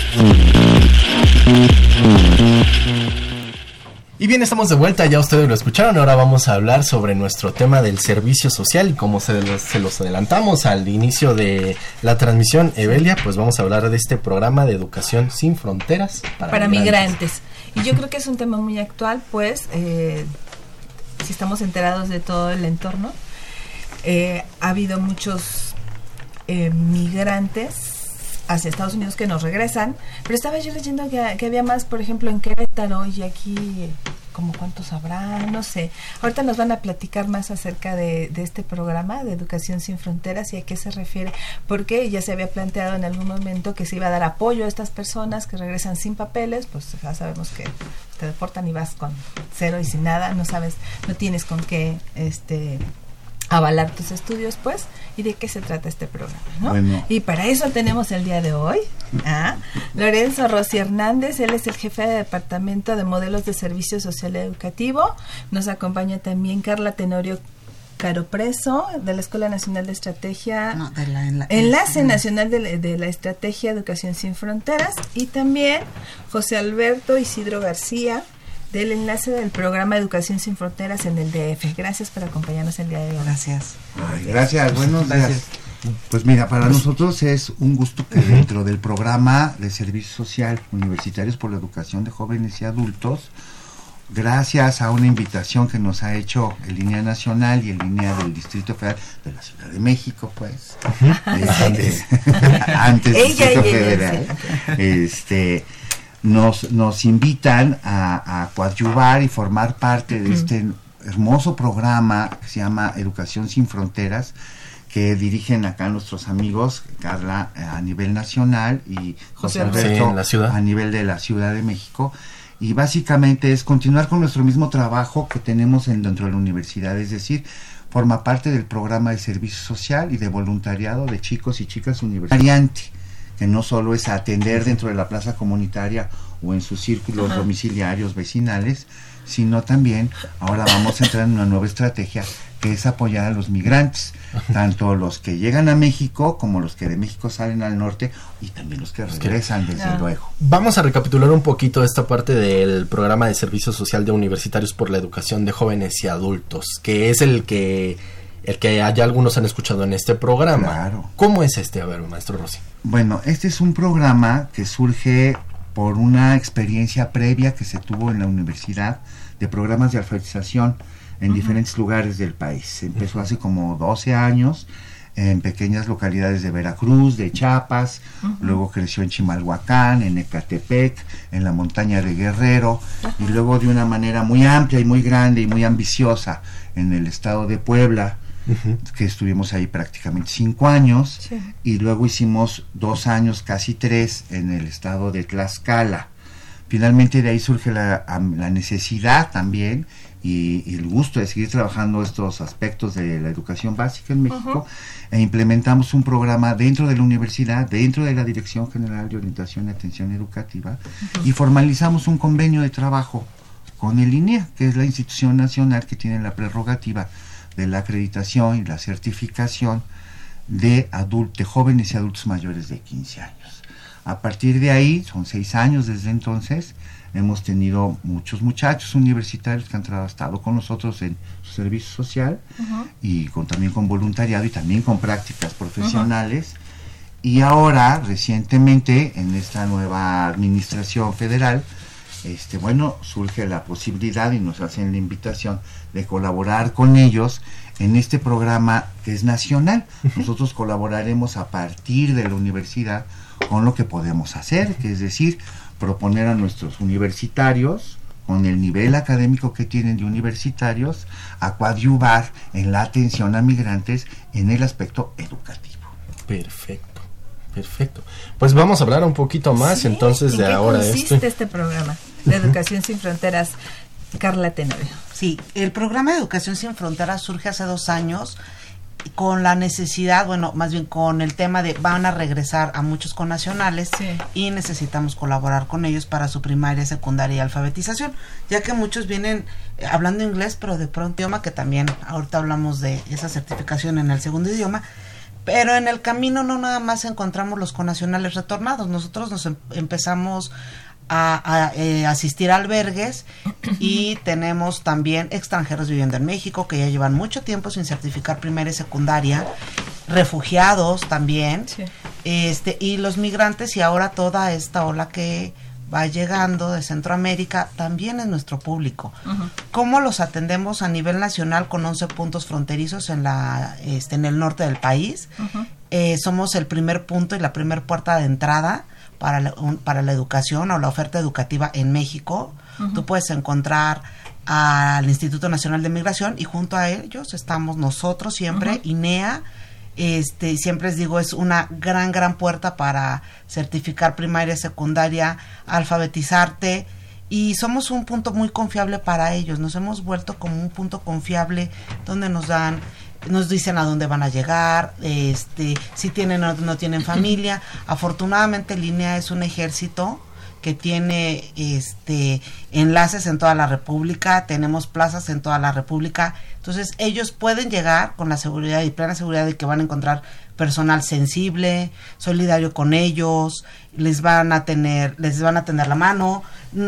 Y bien, estamos de vuelta, ya ustedes lo escucharon, ahora vamos a hablar sobre nuestro tema del servicio social y como se los adelantamos al inicio de la transmisión, Evelia, pues vamos a hablar de este programa de educación sin fronteras para migrantes. Y yo creo que es un tema muy actual, pues, si estamos enterados de todo el entorno, ha habido muchos migrantes hacia Estados Unidos que nos regresan, pero estaba yo leyendo que había más, por ejemplo, en Querétaro y aquí, como cuántos habrá, no sé. Ahorita nos van a platicar más acerca de este programa de Educación Sin Fronteras y a qué se refiere, porque ya se había planteado en algún momento que se iba a dar apoyo a estas personas que regresan sin papeles, pues ya sabemos que te deportan y vas con cero y sin nada, no sabes, no tienes con qué avalar tus estudios, pues, y de qué se trata este programa, ¿no? Bueno. Y para eso tenemos el día de hoy a Lorenzo Rossi Hernández, él es el jefe de Departamento de Modelos de Servicio Social Educativo. Nos acompaña también Carla Tenorio Caropreso, de la Escuela Nacional de Estrategia, Enlace Nacional de la Estrategia Educación Sin Fronteras, y también José Alberto Isidro García, del enlace del programa Educación Sin Fronteras en el DF. Gracias por acompañarnos el día de hoy. Gracias. Ay, gracias, buenos días. Pues mira, para nosotros es un gusto que dentro del programa de Servicio Social Universitarios por la Educación de Jóvenes y Adultos, gracias a una invitación que nos ha hecho en línea nacional y en línea del Distrito Federal de la Ciudad de México, pues, antes del Distrito Federal, nos invitan a coadyuvar y formar parte de este hermoso programa que se llama Educación Sin Fronteras, que dirigen acá nuestros amigos, Carla a nivel nacional y José Alberto a nivel de la Ciudad de México. Y básicamente es continuar con nuestro mismo trabajo que tenemos dentro de la universidad, es decir, forma parte del programa de servicio social y de voluntariado de chicos y chicas universitarios, que no solo es atender dentro de la plaza comunitaria o en sus círculos domiciliarios vecinales, sino también ahora vamos a entrar en una nueva estrategia que es apoyar a los migrantes, tanto los que llegan a México como los que de México salen al norte y también los que regresan, desde luego. Vamos a recapitular un poquito esta parte del programa de servicio social de Universitarios por la Educación de Jóvenes y Adultos, que es el que ya algunos han escuchado en este programa. Claro. ¿Cómo es este? A ver, maestro Rossi. Bueno, este es un programa que surge por una experiencia previa que se tuvo en la universidad de programas de alfabetización en diferentes lugares del país. Empezó hace como 12 años en pequeñas localidades de Veracruz, de Chiapas, luego creció en Chimalhuacán, en Ecatepec, en la montaña de Guerrero, y luego de una manera muy amplia y muy grande y muy ambiciosa en el estado de Puebla, que estuvimos ahí prácticamente 5 años, y luego hicimos 2 años, casi 3, en el estado de Tlaxcala. Finalmente de ahí surge la necesidad también y el gusto de seguir trabajando estos aspectos de la educación básica en México, e implementamos un programa dentro de la universidad, dentro de la Dirección General de Orientación y Atención Educativa, y formalizamos un convenio de trabajo con el INEA, que es la institución nacional que tiene la prerrogativa de la acreditación y la certificación de jóvenes y adultos mayores de 15 años. A partir de ahí, son 6 años desde entonces, hemos tenido muchos muchachos universitarios que han estado con nosotros en su servicio social y también con voluntariado y también con prácticas profesionales. Y ahora, recientemente, en esta nueva administración federal, surge la posibilidad y nos hacen la invitación de colaborar con ellos en este programa que es nacional. Nosotros colaboraremos a partir de la universidad con lo que podemos hacer, que es decir, proponer a nuestros universitarios, con el nivel académico que tienen de universitarios, a coadyuvar en la atención a migrantes en el aspecto educativo. Perfecto. Pues vamos a hablar un poquito más entonces de ahora ¿En qué consiste este programa de Educación Sin Fronteras, Carla Tenorio? Sí, el programa de Educación Sin Fronteras surge hace 2 años con la necesidad, más bien con el tema de van a regresar a muchos connacionales y necesitamos colaborar con ellos para su primaria, secundaria y alfabetización, ya que muchos vienen hablando inglés, pero de pronto idioma, que también ahorita hablamos de esa certificación en el segundo idioma. Pero en el camino no nada más encontramos los connacionales retornados. Nosotros nos empezamos a asistir a albergues y tenemos también extranjeros viviendo en México que ya llevan mucho tiempo sin certificar primaria y secundaria, refugiados también, y los migrantes, y ahora toda esta ola que va llegando de Centroamérica también es nuestro público. ¿Cómo los atendemos a nivel nacional con 11 puntos fronterizos en el norte del país? Somos el primer punto y la primer puerta de entrada para la educación o la oferta educativa en México. Tú puedes encontrar al Instituto Nacional de Migración y junto a ellos estamos nosotros siempre, INEA. Siempre les digo, es una gran puerta para certificar primaria, secundaria, alfabetizarte, y somos un punto muy confiable para ellos. Nos hemos vuelto como un punto confiable donde nos dicen a dónde van a llegar, si tienen o no tienen familia. Afortunadamente Línea es un ejército que tiene enlaces en toda la República, tenemos plazas en toda la República, entonces ellos pueden llegar con la seguridad y plena seguridad de que van a encontrar personal sensible, solidario con ellos, les van a tender la mano.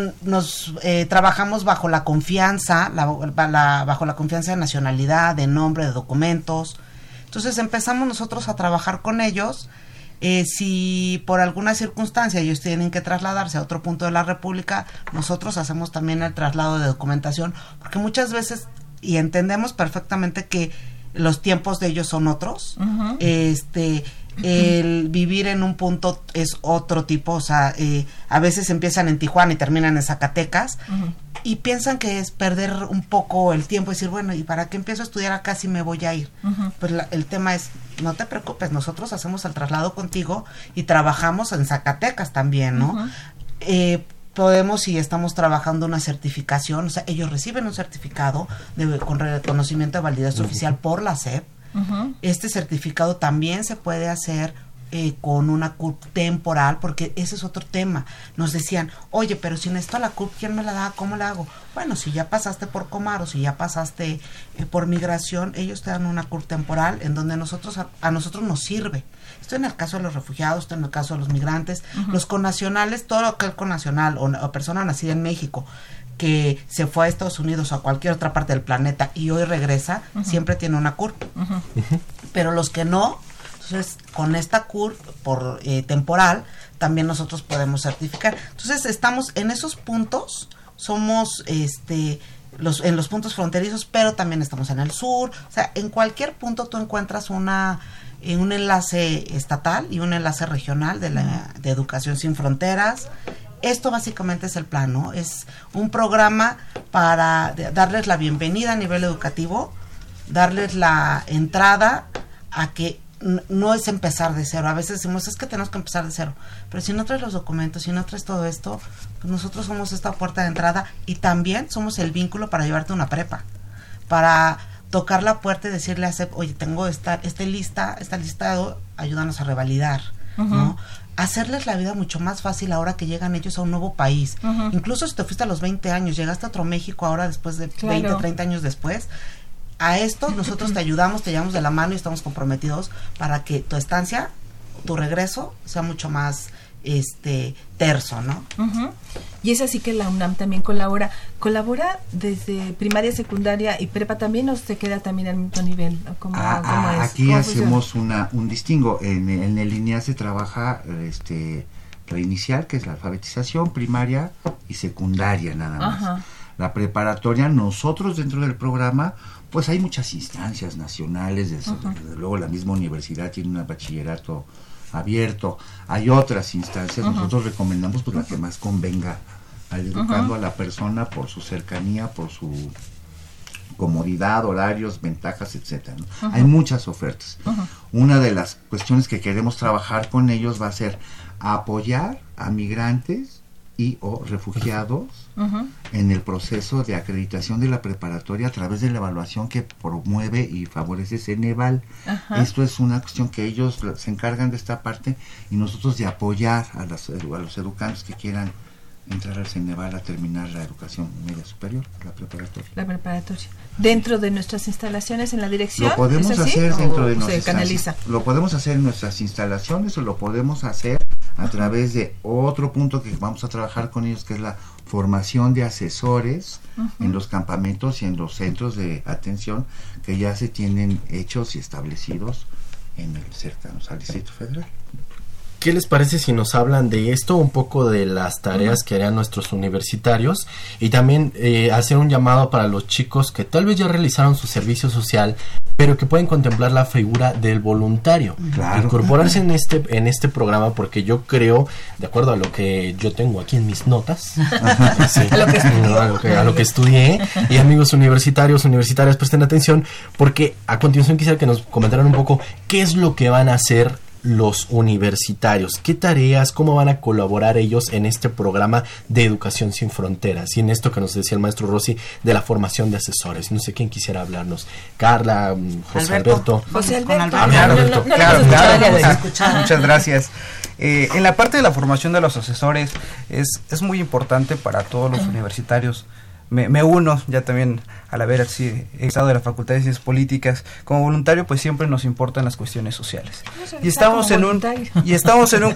Trabajamos bajo la confianza, bajo la confianza de nacionalidad, de nombre, de documentos. Entonces empezamos nosotros a trabajar con ellos. Si por alguna circunstancia ellos tienen que trasladarse a otro punto de la República, nosotros hacemos también el traslado de documentación, porque muchas veces, y entendemos perfectamente que los tiempos de ellos son otros, el vivir en un punto es otro tipo, o sea, a veces empiezan en Tijuana y terminan en Zacatecas, y piensan que es perder un poco el tiempo y decir, bueno, ¿y para qué empiezo a estudiar acá si me voy a ir? Pues el tema es, no te preocupes, nosotros hacemos el traslado contigo y trabajamos en Zacatecas también, ¿no? Podemos, y estamos trabajando una certificación, o sea, ellos reciben un certificado con reconocimiento de validez oficial por la SEP. Este certificado también se puede hacer con una CURP temporal, porque ese es otro tema. Nos decían, oye, pero si necesito la CURP, ¿quién me la da? ¿Cómo la hago? Bueno, si ya pasaste por Comar o si ya pasaste por migración, ellos te dan una CURP temporal en donde a nosotros nos sirve. Esto en el caso de los refugiados, esto en el caso de los migrantes, los connacionales, todo aquel connacional o persona nacida en México que se fue a Estados Unidos o a cualquier otra parte del planeta y hoy regresa, siempre tiene una CURP. Pero los que no, entonces con esta CURP por temporal, también nosotros podemos certificar. Entonces estamos en esos puntos, somos en los puntos fronterizos, pero también estamos en el sur. O sea, en cualquier punto tú encuentras un enlace estatal y un enlace regional de Educación Sin Fronteras. Esto básicamente es el plan, ¿no? Es un programa para darles la bienvenida a nivel educativo, darles la entrada a que no es empezar de cero. A veces decimos, es que tenemos que empezar de cero. Pero si no traes los documentos, si no traes todo esto, pues nosotros somos esta puerta de entrada y también somos el vínculo para llevarte a una prepa. Para tocar la puerta y decirle a CEP, oye, tengo esta listado, ayúdanos a revalidar, ¿no? Hacerles la vida mucho más fácil ahora que llegan ellos a un nuevo país. Incluso si te fuiste a los 20 años, llegaste a otro México ahora después de 20, 30 años después, a esto nosotros te ayudamos, te llevamos de la mano y estamos comprometidos para que tu estancia, tu regreso, sea mucho más terso, ¿no? Y es así que la UNAM también colabora desde primaria, secundaria y prepa también, o se queda también al mismo nivel. ¿Cómo es? Aquí hacemos un distingo. En el lineal se trabaja la inicial, que es la alfabetización, primaria y secundaria nada más. La preparatoria, nosotros dentro del programa, pues hay muchas instancias nacionales, desde luego la misma universidad tiene un bachillerato abierto, hay otras instancias, nosotros recomendamos pues la que más convenga al educando a la persona por su cercanía, por su comodidad, horarios, ventajas, etcétera, ¿no? Hay muchas ofertas. Una de las cuestiones que queremos trabajar con ellos va a ser apoyar a migrantes y o refugiados en el proceso de acreditación de la preparatoria a través de la evaluación que promueve y favorece Ceneval. Esto es una cuestión que ellos se encargan de esta parte y nosotros de apoyar a los educandos que quieran entrar al Ceneval a terminar la educación media superior, la preparatoria. La preparatoria. Dentro de nuestras instalaciones en la dirección. Lo podemos hacer dentro de nuestras canaliza. Lo podemos hacer en nuestras instalaciones o lo podemos hacer a través de otro punto que vamos a trabajar con ellos, que es la formación de asesores en los campamentos y en los centros de atención que ya se tienen hechos y establecidos en el cercanos al Distrito Federal. ¿Qué les parece si nos hablan de esto, un poco de las tareas que harían nuestros universitarios y también hacer un llamado para los chicos que tal vez ya realizaron su servicio social, pero que pueden contemplar la figura del voluntario, incorporarse en este programa, porque yo creo, de acuerdo a lo que yo tengo aquí en mis notas, a lo que estudié, y amigos universitarias, presten atención, porque a continuación quisiera que nos comentaran un poco qué es lo que van a hacer los universitarios, qué tareas, cómo van a colaborar ellos en este programa de Educación Sin Fronteras y en esto que nos decía el maestro Rossi de la formación de asesores. No sé quién quisiera hablarnos. Carla, José Alberto. Claro. Muchas gracias. En la parte de la formación de los asesores es muy importante para todos los universitarios. Me uno ya también al haber egresado de la Facultad de Ciencias Políticas como voluntario, pues siempre nos importan las cuestiones sociales. Y estamos en un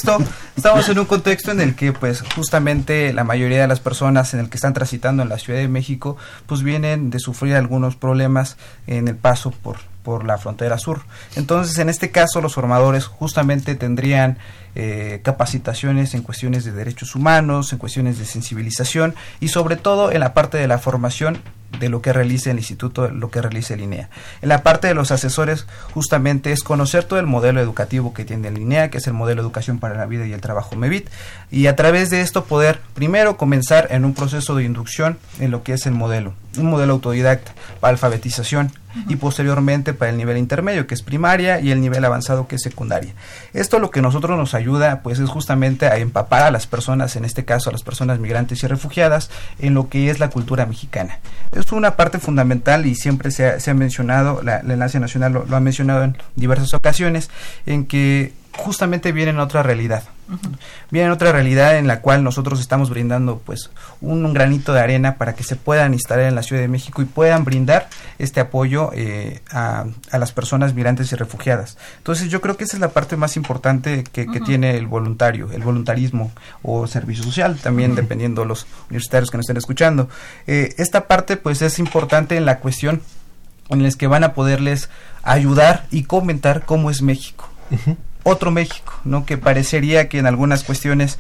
contexto en el que pues justamente la mayoría de las personas en el que están transitando en la Ciudad de México pues vienen de sufrir algunos problemas en el paso por la frontera sur. Entonces, en este caso, los formadores justamente tendrían capacitaciones en cuestiones de derechos humanos, en cuestiones de sensibilización y sobre todo en la parte de la formación de lo que realiza el instituto, lo que realiza el INEA. En la parte de los asesores, justamente es conocer todo el modelo educativo que tiene el INEA, que es el modelo de educación para la vida y el trabajo MEVIT, y a través de esto poder primero comenzar en un proceso de inducción en lo que es el modelo, un modelo autodidacta para alfabetización y posteriormente para el nivel intermedio, que es primaria, y el nivel avanzado, que es secundaria. Esto lo que nosotros nos ayuda pues es justamente a empapar a las personas, en este caso a las personas migrantes y refugiadas, en lo que es la cultura mexicana. Es una parte fundamental y siempre se ha mencionado, la Enlace Nacional lo ha mencionado en diversas ocasiones, en que justamente viene otra realidad. Viene otra realidad en la cual nosotros estamos brindando pues un granito de arena para que se puedan instalar en la Ciudad de México y puedan brindar este apoyo a las personas migrantes y refugiadas. Entonces yo creo que esa es la parte más importante que tiene el voluntarismo o servicio social, también dependiendo de los universitarios que nos estén escuchando. Esta parte pues es importante en la cuestión en las que van a poderles ayudar y comentar cómo es México. Otro México, ¿no? Que parecería que en algunas cuestiones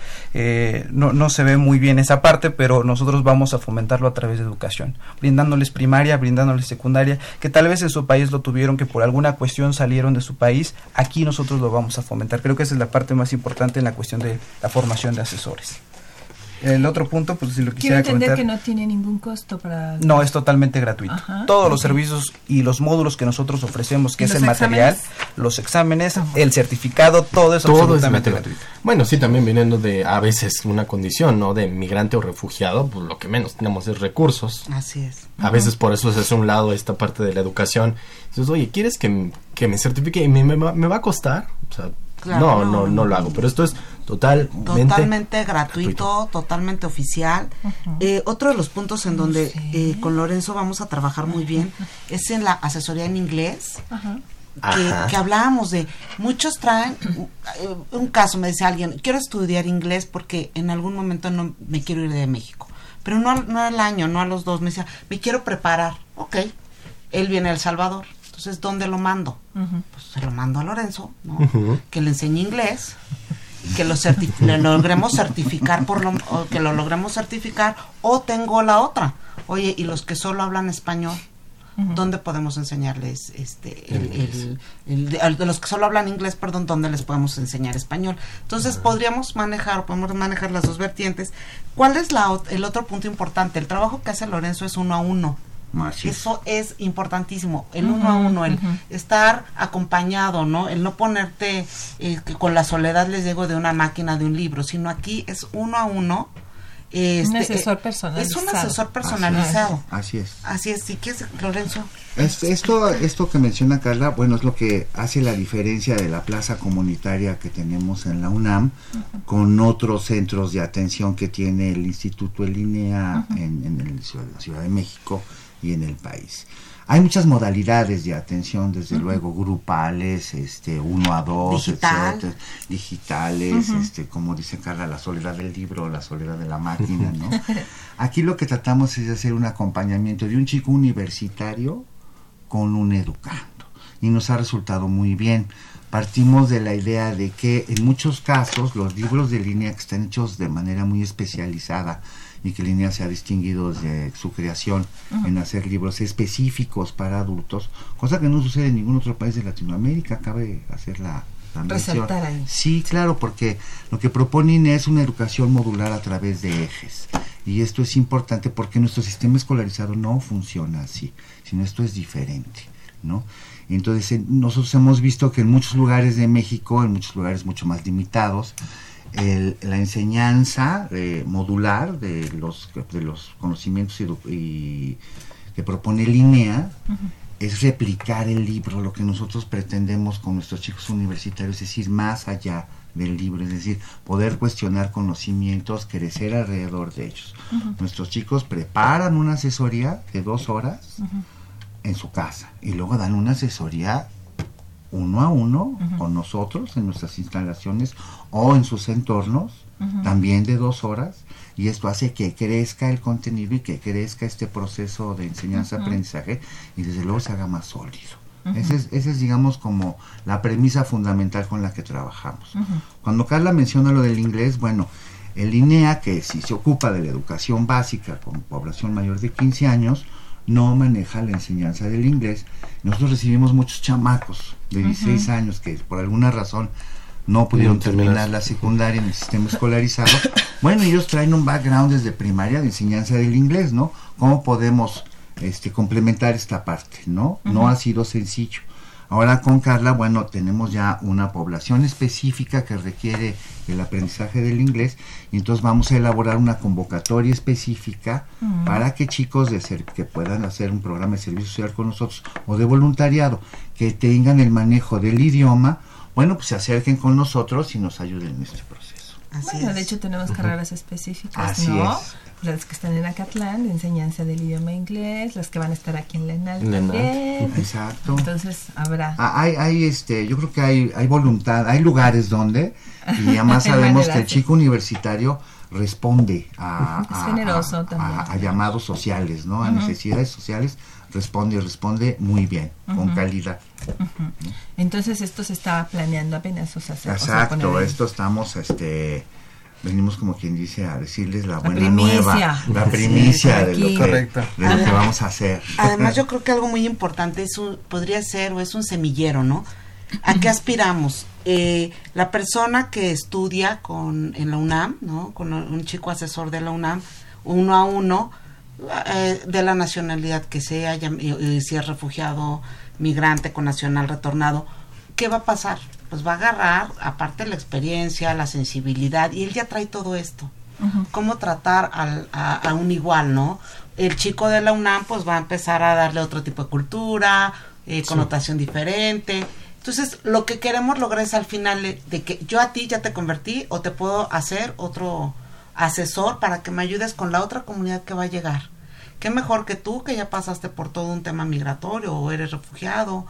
no se ve muy bien esa parte, pero nosotros vamos a fomentarlo a través de educación, brindándoles primaria, brindándoles secundaria, que tal vez en su país lo tuvieron, que por alguna cuestión salieron de su país, aquí nosotros lo vamos a fomentar. Creo que esa es la parte más importante en la cuestión de la formación de asesores. El otro punto, pues si lo quisiera comentar. Que no tiene ningún costo para... No, es totalmente gratuito. Todos los servicios y los módulos que nosotros ofrecemos, que es el material, los exámenes, el certificado, todo eso absolutamente gratuito. Bueno, sí, también viniendo de a veces una condición, ¿no? De migrante o refugiado, pues lo que menos tenemos es recursos. Así es. A veces por eso se hace a un lado esta parte de la educación. Entonces, oye, ¿quieres que me certifique y me va a costar? O sea, claro, no lo hago, pero esto es totalmente gratuito, totalmente oficial. Otro de los puntos en donde con Lorenzo vamos a trabajar muy bien es en la asesoría en inglés que hablábamos de, muchos traen, un caso me decía alguien, quiero estudiar inglés porque en algún momento no me quiero ir de México, pero no al año, no a los 2 meses, me quiero preparar. Ok, él viene a El Salvador, entonces ¿dónde lo mando? Pues se lo mando a Lorenzo, ¿no? Que le enseñe inglés, que lo logremos certificar o tengo la otra, oye, y los que solo hablan español, ¿dónde podemos enseñarles de los que solo hablan inglés, perdón, dónde les podemos enseñar español? Entonces podemos manejar las dos vertientes. ¿Cuál es el otro punto importante? El trabajo que hace Lorenzo es 1 a 1. Eso es importantísimo, el 1 a 1, el estar acompañado, ¿no? El no ponerte que con la soledad, les digo, de una máquina, de un libro, sino aquí es 1 a 1. Un asesor personalizado. Es un asesor personalizado. Así es. ¿Sí que es, Lorenzo? Esto que menciona Carla, bueno, es lo que hace la diferencia de la plaza comunitaria que tenemos en la UNAM con otros centros de atención que tiene el Instituto El INEA en la Ciudad de México y en el país. Hay muchas modalidades de atención, desde luego, grupales, 1 a 2, etcétera, digitales, como dice Carla, la soledad del libro, la soledad de la máquina, ¿no? Aquí lo que tratamos es de hacer un acompañamiento de un chico universitario con un educando, y nos ha resultado muy bien. Partimos de la idea de que en muchos casos los libros de línea que están hechos de manera muy especializada, y que Línea se ha distinguido desde su creación en hacer libros específicos para adultos, cosa que no sucede en ningún otro país de Latinoamérica. Cabe hacer la mención. Ahí. Sí, claro, porque lo que proponen es una educación modular a través de ejes, y esto es importante porque nuestro sistema escolarizado no funciona así, sino esto es diferente, ¿no? Entonces nosotros hemos visto que en muchos lugares de México, en muchos lugares mucho más limitados, la enseñanza modular de los conocimientos y que propone Línea es replicar el libro. Lo que nosotros pretendemos con nuestros chicos universitarios es ir más allá del libro, es decir, poder cuestionar conocimientos, crecer alrededor de ellos. Nuestros chicos preparan una asesoría de 2 horas en su casa y luego dan una asesoría 1 a 1 con nosotros en nuestras instalaciones o en sus entornos, también de 2 horas, y esto hace que crezca el contenido y que crezca este proceso de enseñanza-aprendizaje, y desde luego se haga más sólido. Esa es, digamos, como la premisa fundamental con la que trabajamos. Cuando Carla menciona lo del inglés, bueno, el INEA, que si se ocupa de la educación básica con población mayor de 15 años, no maneja la enseñanza del inglés. Nosotros recibimos muchos chamacos de 16 años que por alguna razón no pudieron terminar la secundaria en el sistema escolarizado. Bueno, ellos traen un background desde primaria de enseñanza del inglés, ¿no? ¿Cómo podemos complementar esta parte, ¿no? No ha sido sencillo. Ahora con Carla, bueno, tenemos ya una población específica que requiere el aprendizaje del inglés, y entonces vamos a elaborar una convocatoria específica para que chicos que puedan hacer un programa de servicio social con nosotros o de voluntariado, que tengan el manejo del idioma, bueno, pues se acerquen con nosotros y nos ayuden en este proceso. De hecho tenemos carreras específicas, Así ¿no? es. Las que están en Acatlán, de enseñanza del idioma inglés, las que van a estar aquí en la ENAL también. Exacto. Entonces habrá. Yo creo que hay voluntad, hay lugares donde, y además sabemos que el chico universitario responde es generoso también. A llamados sociales, ¿no? A necesidades sociales, responde muy bien, con calidad. Entonces esto se está planeando apenas, Exacto, esto estamos, venimos como quien dice a decirles la buena primicia. Nueva, la primicia de lo que vamos a hacer. Además yo creo que algo muy importante podría ser o es un semillero, ¿no? ¿A qué aspiramos? La persona que estudia en la UNAM, ¿no? Con un chico asesor de la UNAM, 1 a 1, de la nacionalidad que sea, si es refugiado, migrante, con nacional retornado, ¿qué va a pasar? Pues va a agarrar, aparte la experiencia, la sensibilidad, y él ya trae todo esto. Cómo tratar a un igual, ¿no? El chico de la UNAM pues va a empezar a darle otro tipo de cultura, connotación diferente. Entonces, lo que queremos lograr es al final de que yo a ti ya te convertí o te puedo hacer otro asesor para que me ayudes con la otra comunidad que va a llegar. Qué mejor que tú, que ya pasaste por todo un tema migratorio o eres refugiado,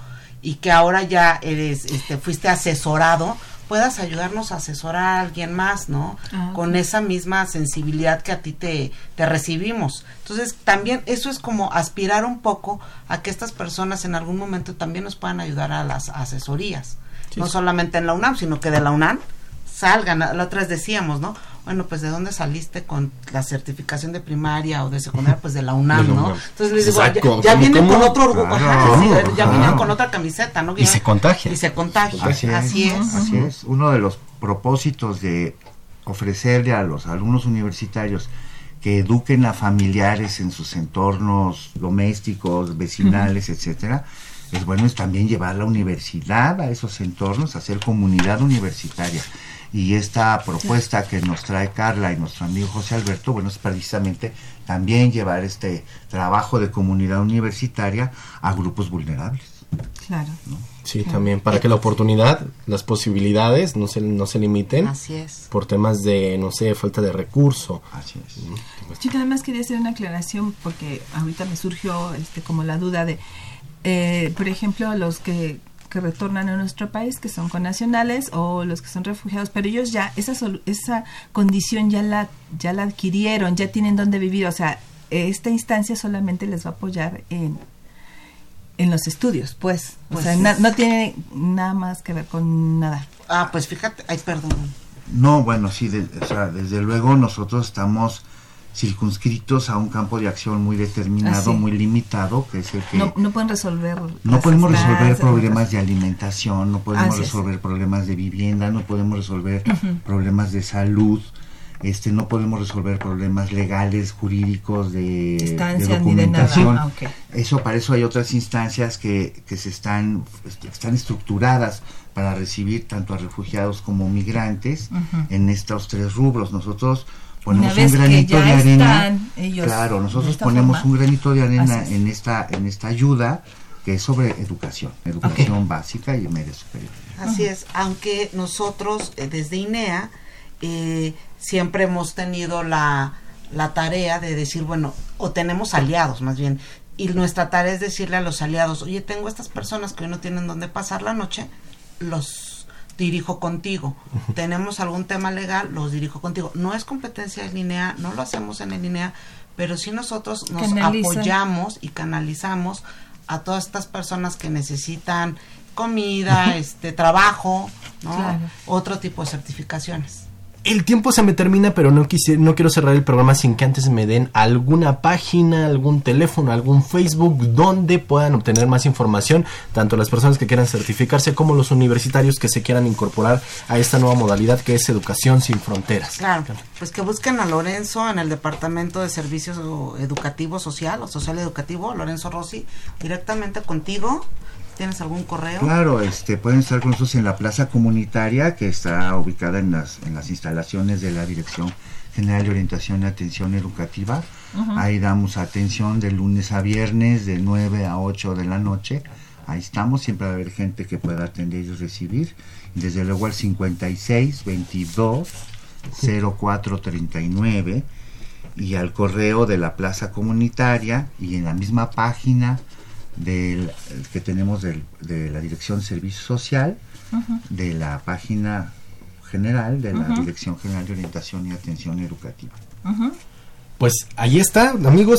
y que ahora ya eres, fuiste asesorado, puedas ayudarnos a asesorar a alguien más, ¿no? Con esa misma sensibilidad que a ti te recibimos. Entonces, también eso es como aspirar un poco a que estas personas en algún momento también nos puedan ayudar a las asesorías. Sí, no solamente en la UNAM, sino que de la UNAM salgan. La otra vez decíamos, ¿no? Bueno, pues ¿de dónde saliste con la certificación de primaria o de secundaria? Pues de la UNAM, ¿no? Entonces les digo, ya vienen con otro orgullo, ya vienen con otra camiseta, ¿no? Y se contagia. Y se contagia, así es. Así es. Uno de los propósitos de ofrecerle a los alumnos universitarios que eduquen a familiares en sus entornos domésticos, vecinales, etcétera, es bueno, es también llevar la universidad a esos entornos, hacer comunidad universitaria. Y esta propuesta que nos trae Carla y nuestro amigo José Alberto, bueno, es precisamente también llevar este trabajo de comunidad universitaria a grupos vulnerables. Claro. ¿No? Sí, claro. También para que la oportunidad, las posibilidades no se limiten. Así es. Por temas de, no sé, falta de recurso. Así es. Yo nada más quería hacer una aclaración porque ahorita me surgió como la duda de, por ejemplo, los que retornan a nuestro país, que son connacionales o los que son refugiados, pero ellos ya esa condición ya la adquirieron, ya tienen dónde vivir, o sea, esta instancia solamente les va a apoyar en los estudios, pues o sea, no tiene nada más que ver con nada. Pues fíjate, perdón. No, bueno, sí, desde luego nosotros estamos circunscritos a un campo de acción muy determinado, muy limitado, que es el que... No pueden resolver... No podemos resolver problemas de alimentación, no podemos resolver problemas de vivienda, no podemos resolver problemas de salud, no podemos resolver problemas legales, jurídicos, de documentación. Para eso hay otras instancias que están estructuradas para recibir tanto a refugiados como migrantes en estos tres rubros. Nosotros ponemos un granito de arena. Nosotros ponemos un granito de arena en esta ayuda, que es sobre educación básica y media superior. Así es, aunque nosotros desde INEA siempre hemos tenido la tarea de decir, bueno, o tenemos aliados más bien, y nuestra tarea es decirle a los aliados, oye, tengo estas personas que hoy no tienen dónde pasar la noche, los dirijo contigo. Tenemos algún tema legal, los dirijo contigo. No es competencia de INEA, no lo hacemos en el INEA, pero sí nosotros nos apoyamos y canalizamos a todas estas personas que necesitan comida, trabajo, ¿no? Claro. Otro tipo de certificaciones. El tiempo se me termina, pero no quiero cerrar el programa sin que antes me den alguna página, algún teléfono, algún Facebook donde puedan obtener más información, tanto las personas que quieran certificarse como los universitarios que se quieran incorporar a esta nueva modalidad que es Educación Sin Fronteras. Claro, pues que busquen a Lorenzo en el Departamento de Servicios Educativo Social o Social Educativo, Lorenzo Rossi, directamente contigo. ¿Tienes algún correo? Claro, pueden estar con nosotros en la plaza comunitaria que está ubicada en las instalaciones de la Dirección General de Orientación y Atención Educativa. Ahí damos atención de lunes a viernes de 9 a 8 de la noche. Ahí estamos, siempre va a haber gente que pueda atender y recibir. Y desde luego al 56 22 04 39 y al correo de la plaza comunitaria y en la misma página que tenemos de la Dirección de Servicio Social, de la página general de la Dirección General de Orientación y Atención Educativa. Pues ahí está, amigos,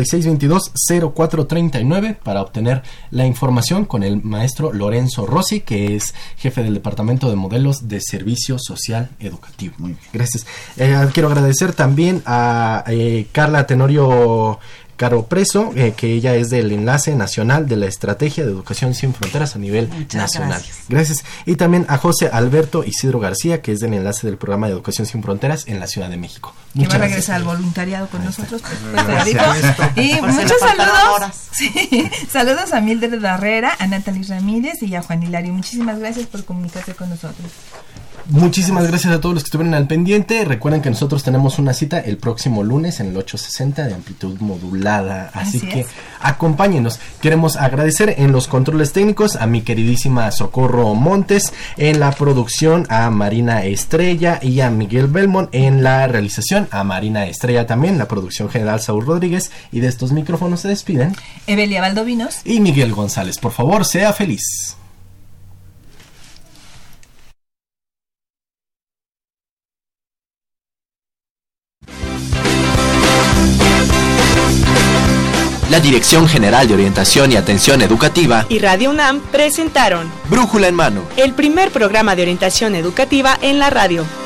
5622-0439 para obtener la información con el maestro Lorenzo Rossi, que es jefe del Departamento de Modelos de Servicio Social Educativo. Muy bien. Gracias. Quiero agradecer también a Carla Tenorio Caro Preso, que ella es del Enlace Nacional de la Estrategia de Educación Sin Fronteras a nivel nacional. Gracias. Y también a José Alberto Isidro García, que es del Enlace del Programa de Educación Sin Fronteras en la Ciudad de México. Que va a regresar al voluntariado con nosotros. Y muchos saludos. Sí, saludos a Mildred Barrera, a Natalie Ramírez y a Juan Hilario. Muchísimas gracias por comunicarse con nosotros. Muchísimas gracias a todos los que estuvieron al pendiente. Recuerden que nosotros tenemos una cita el próximo lunes en el 860 de amplitud modulada. Así que acompáñenos. Queremos agradecer en los controles técnicos a mi queridísima Socorro Montes, en la producción a Marina Estrella y a Miguel Belmont, en la realización a Marina Estrella también, la producción general Saúl Rodríguez, y de estos micrófonos se despiden Evelia Valdovinos y Miguel González. Por favor, sea feliz. La Dirección General de Orientación y Atención Educativa y Radio UNAM presentaron Brújula en Mano, el primer programa de orientación educativa en la radio.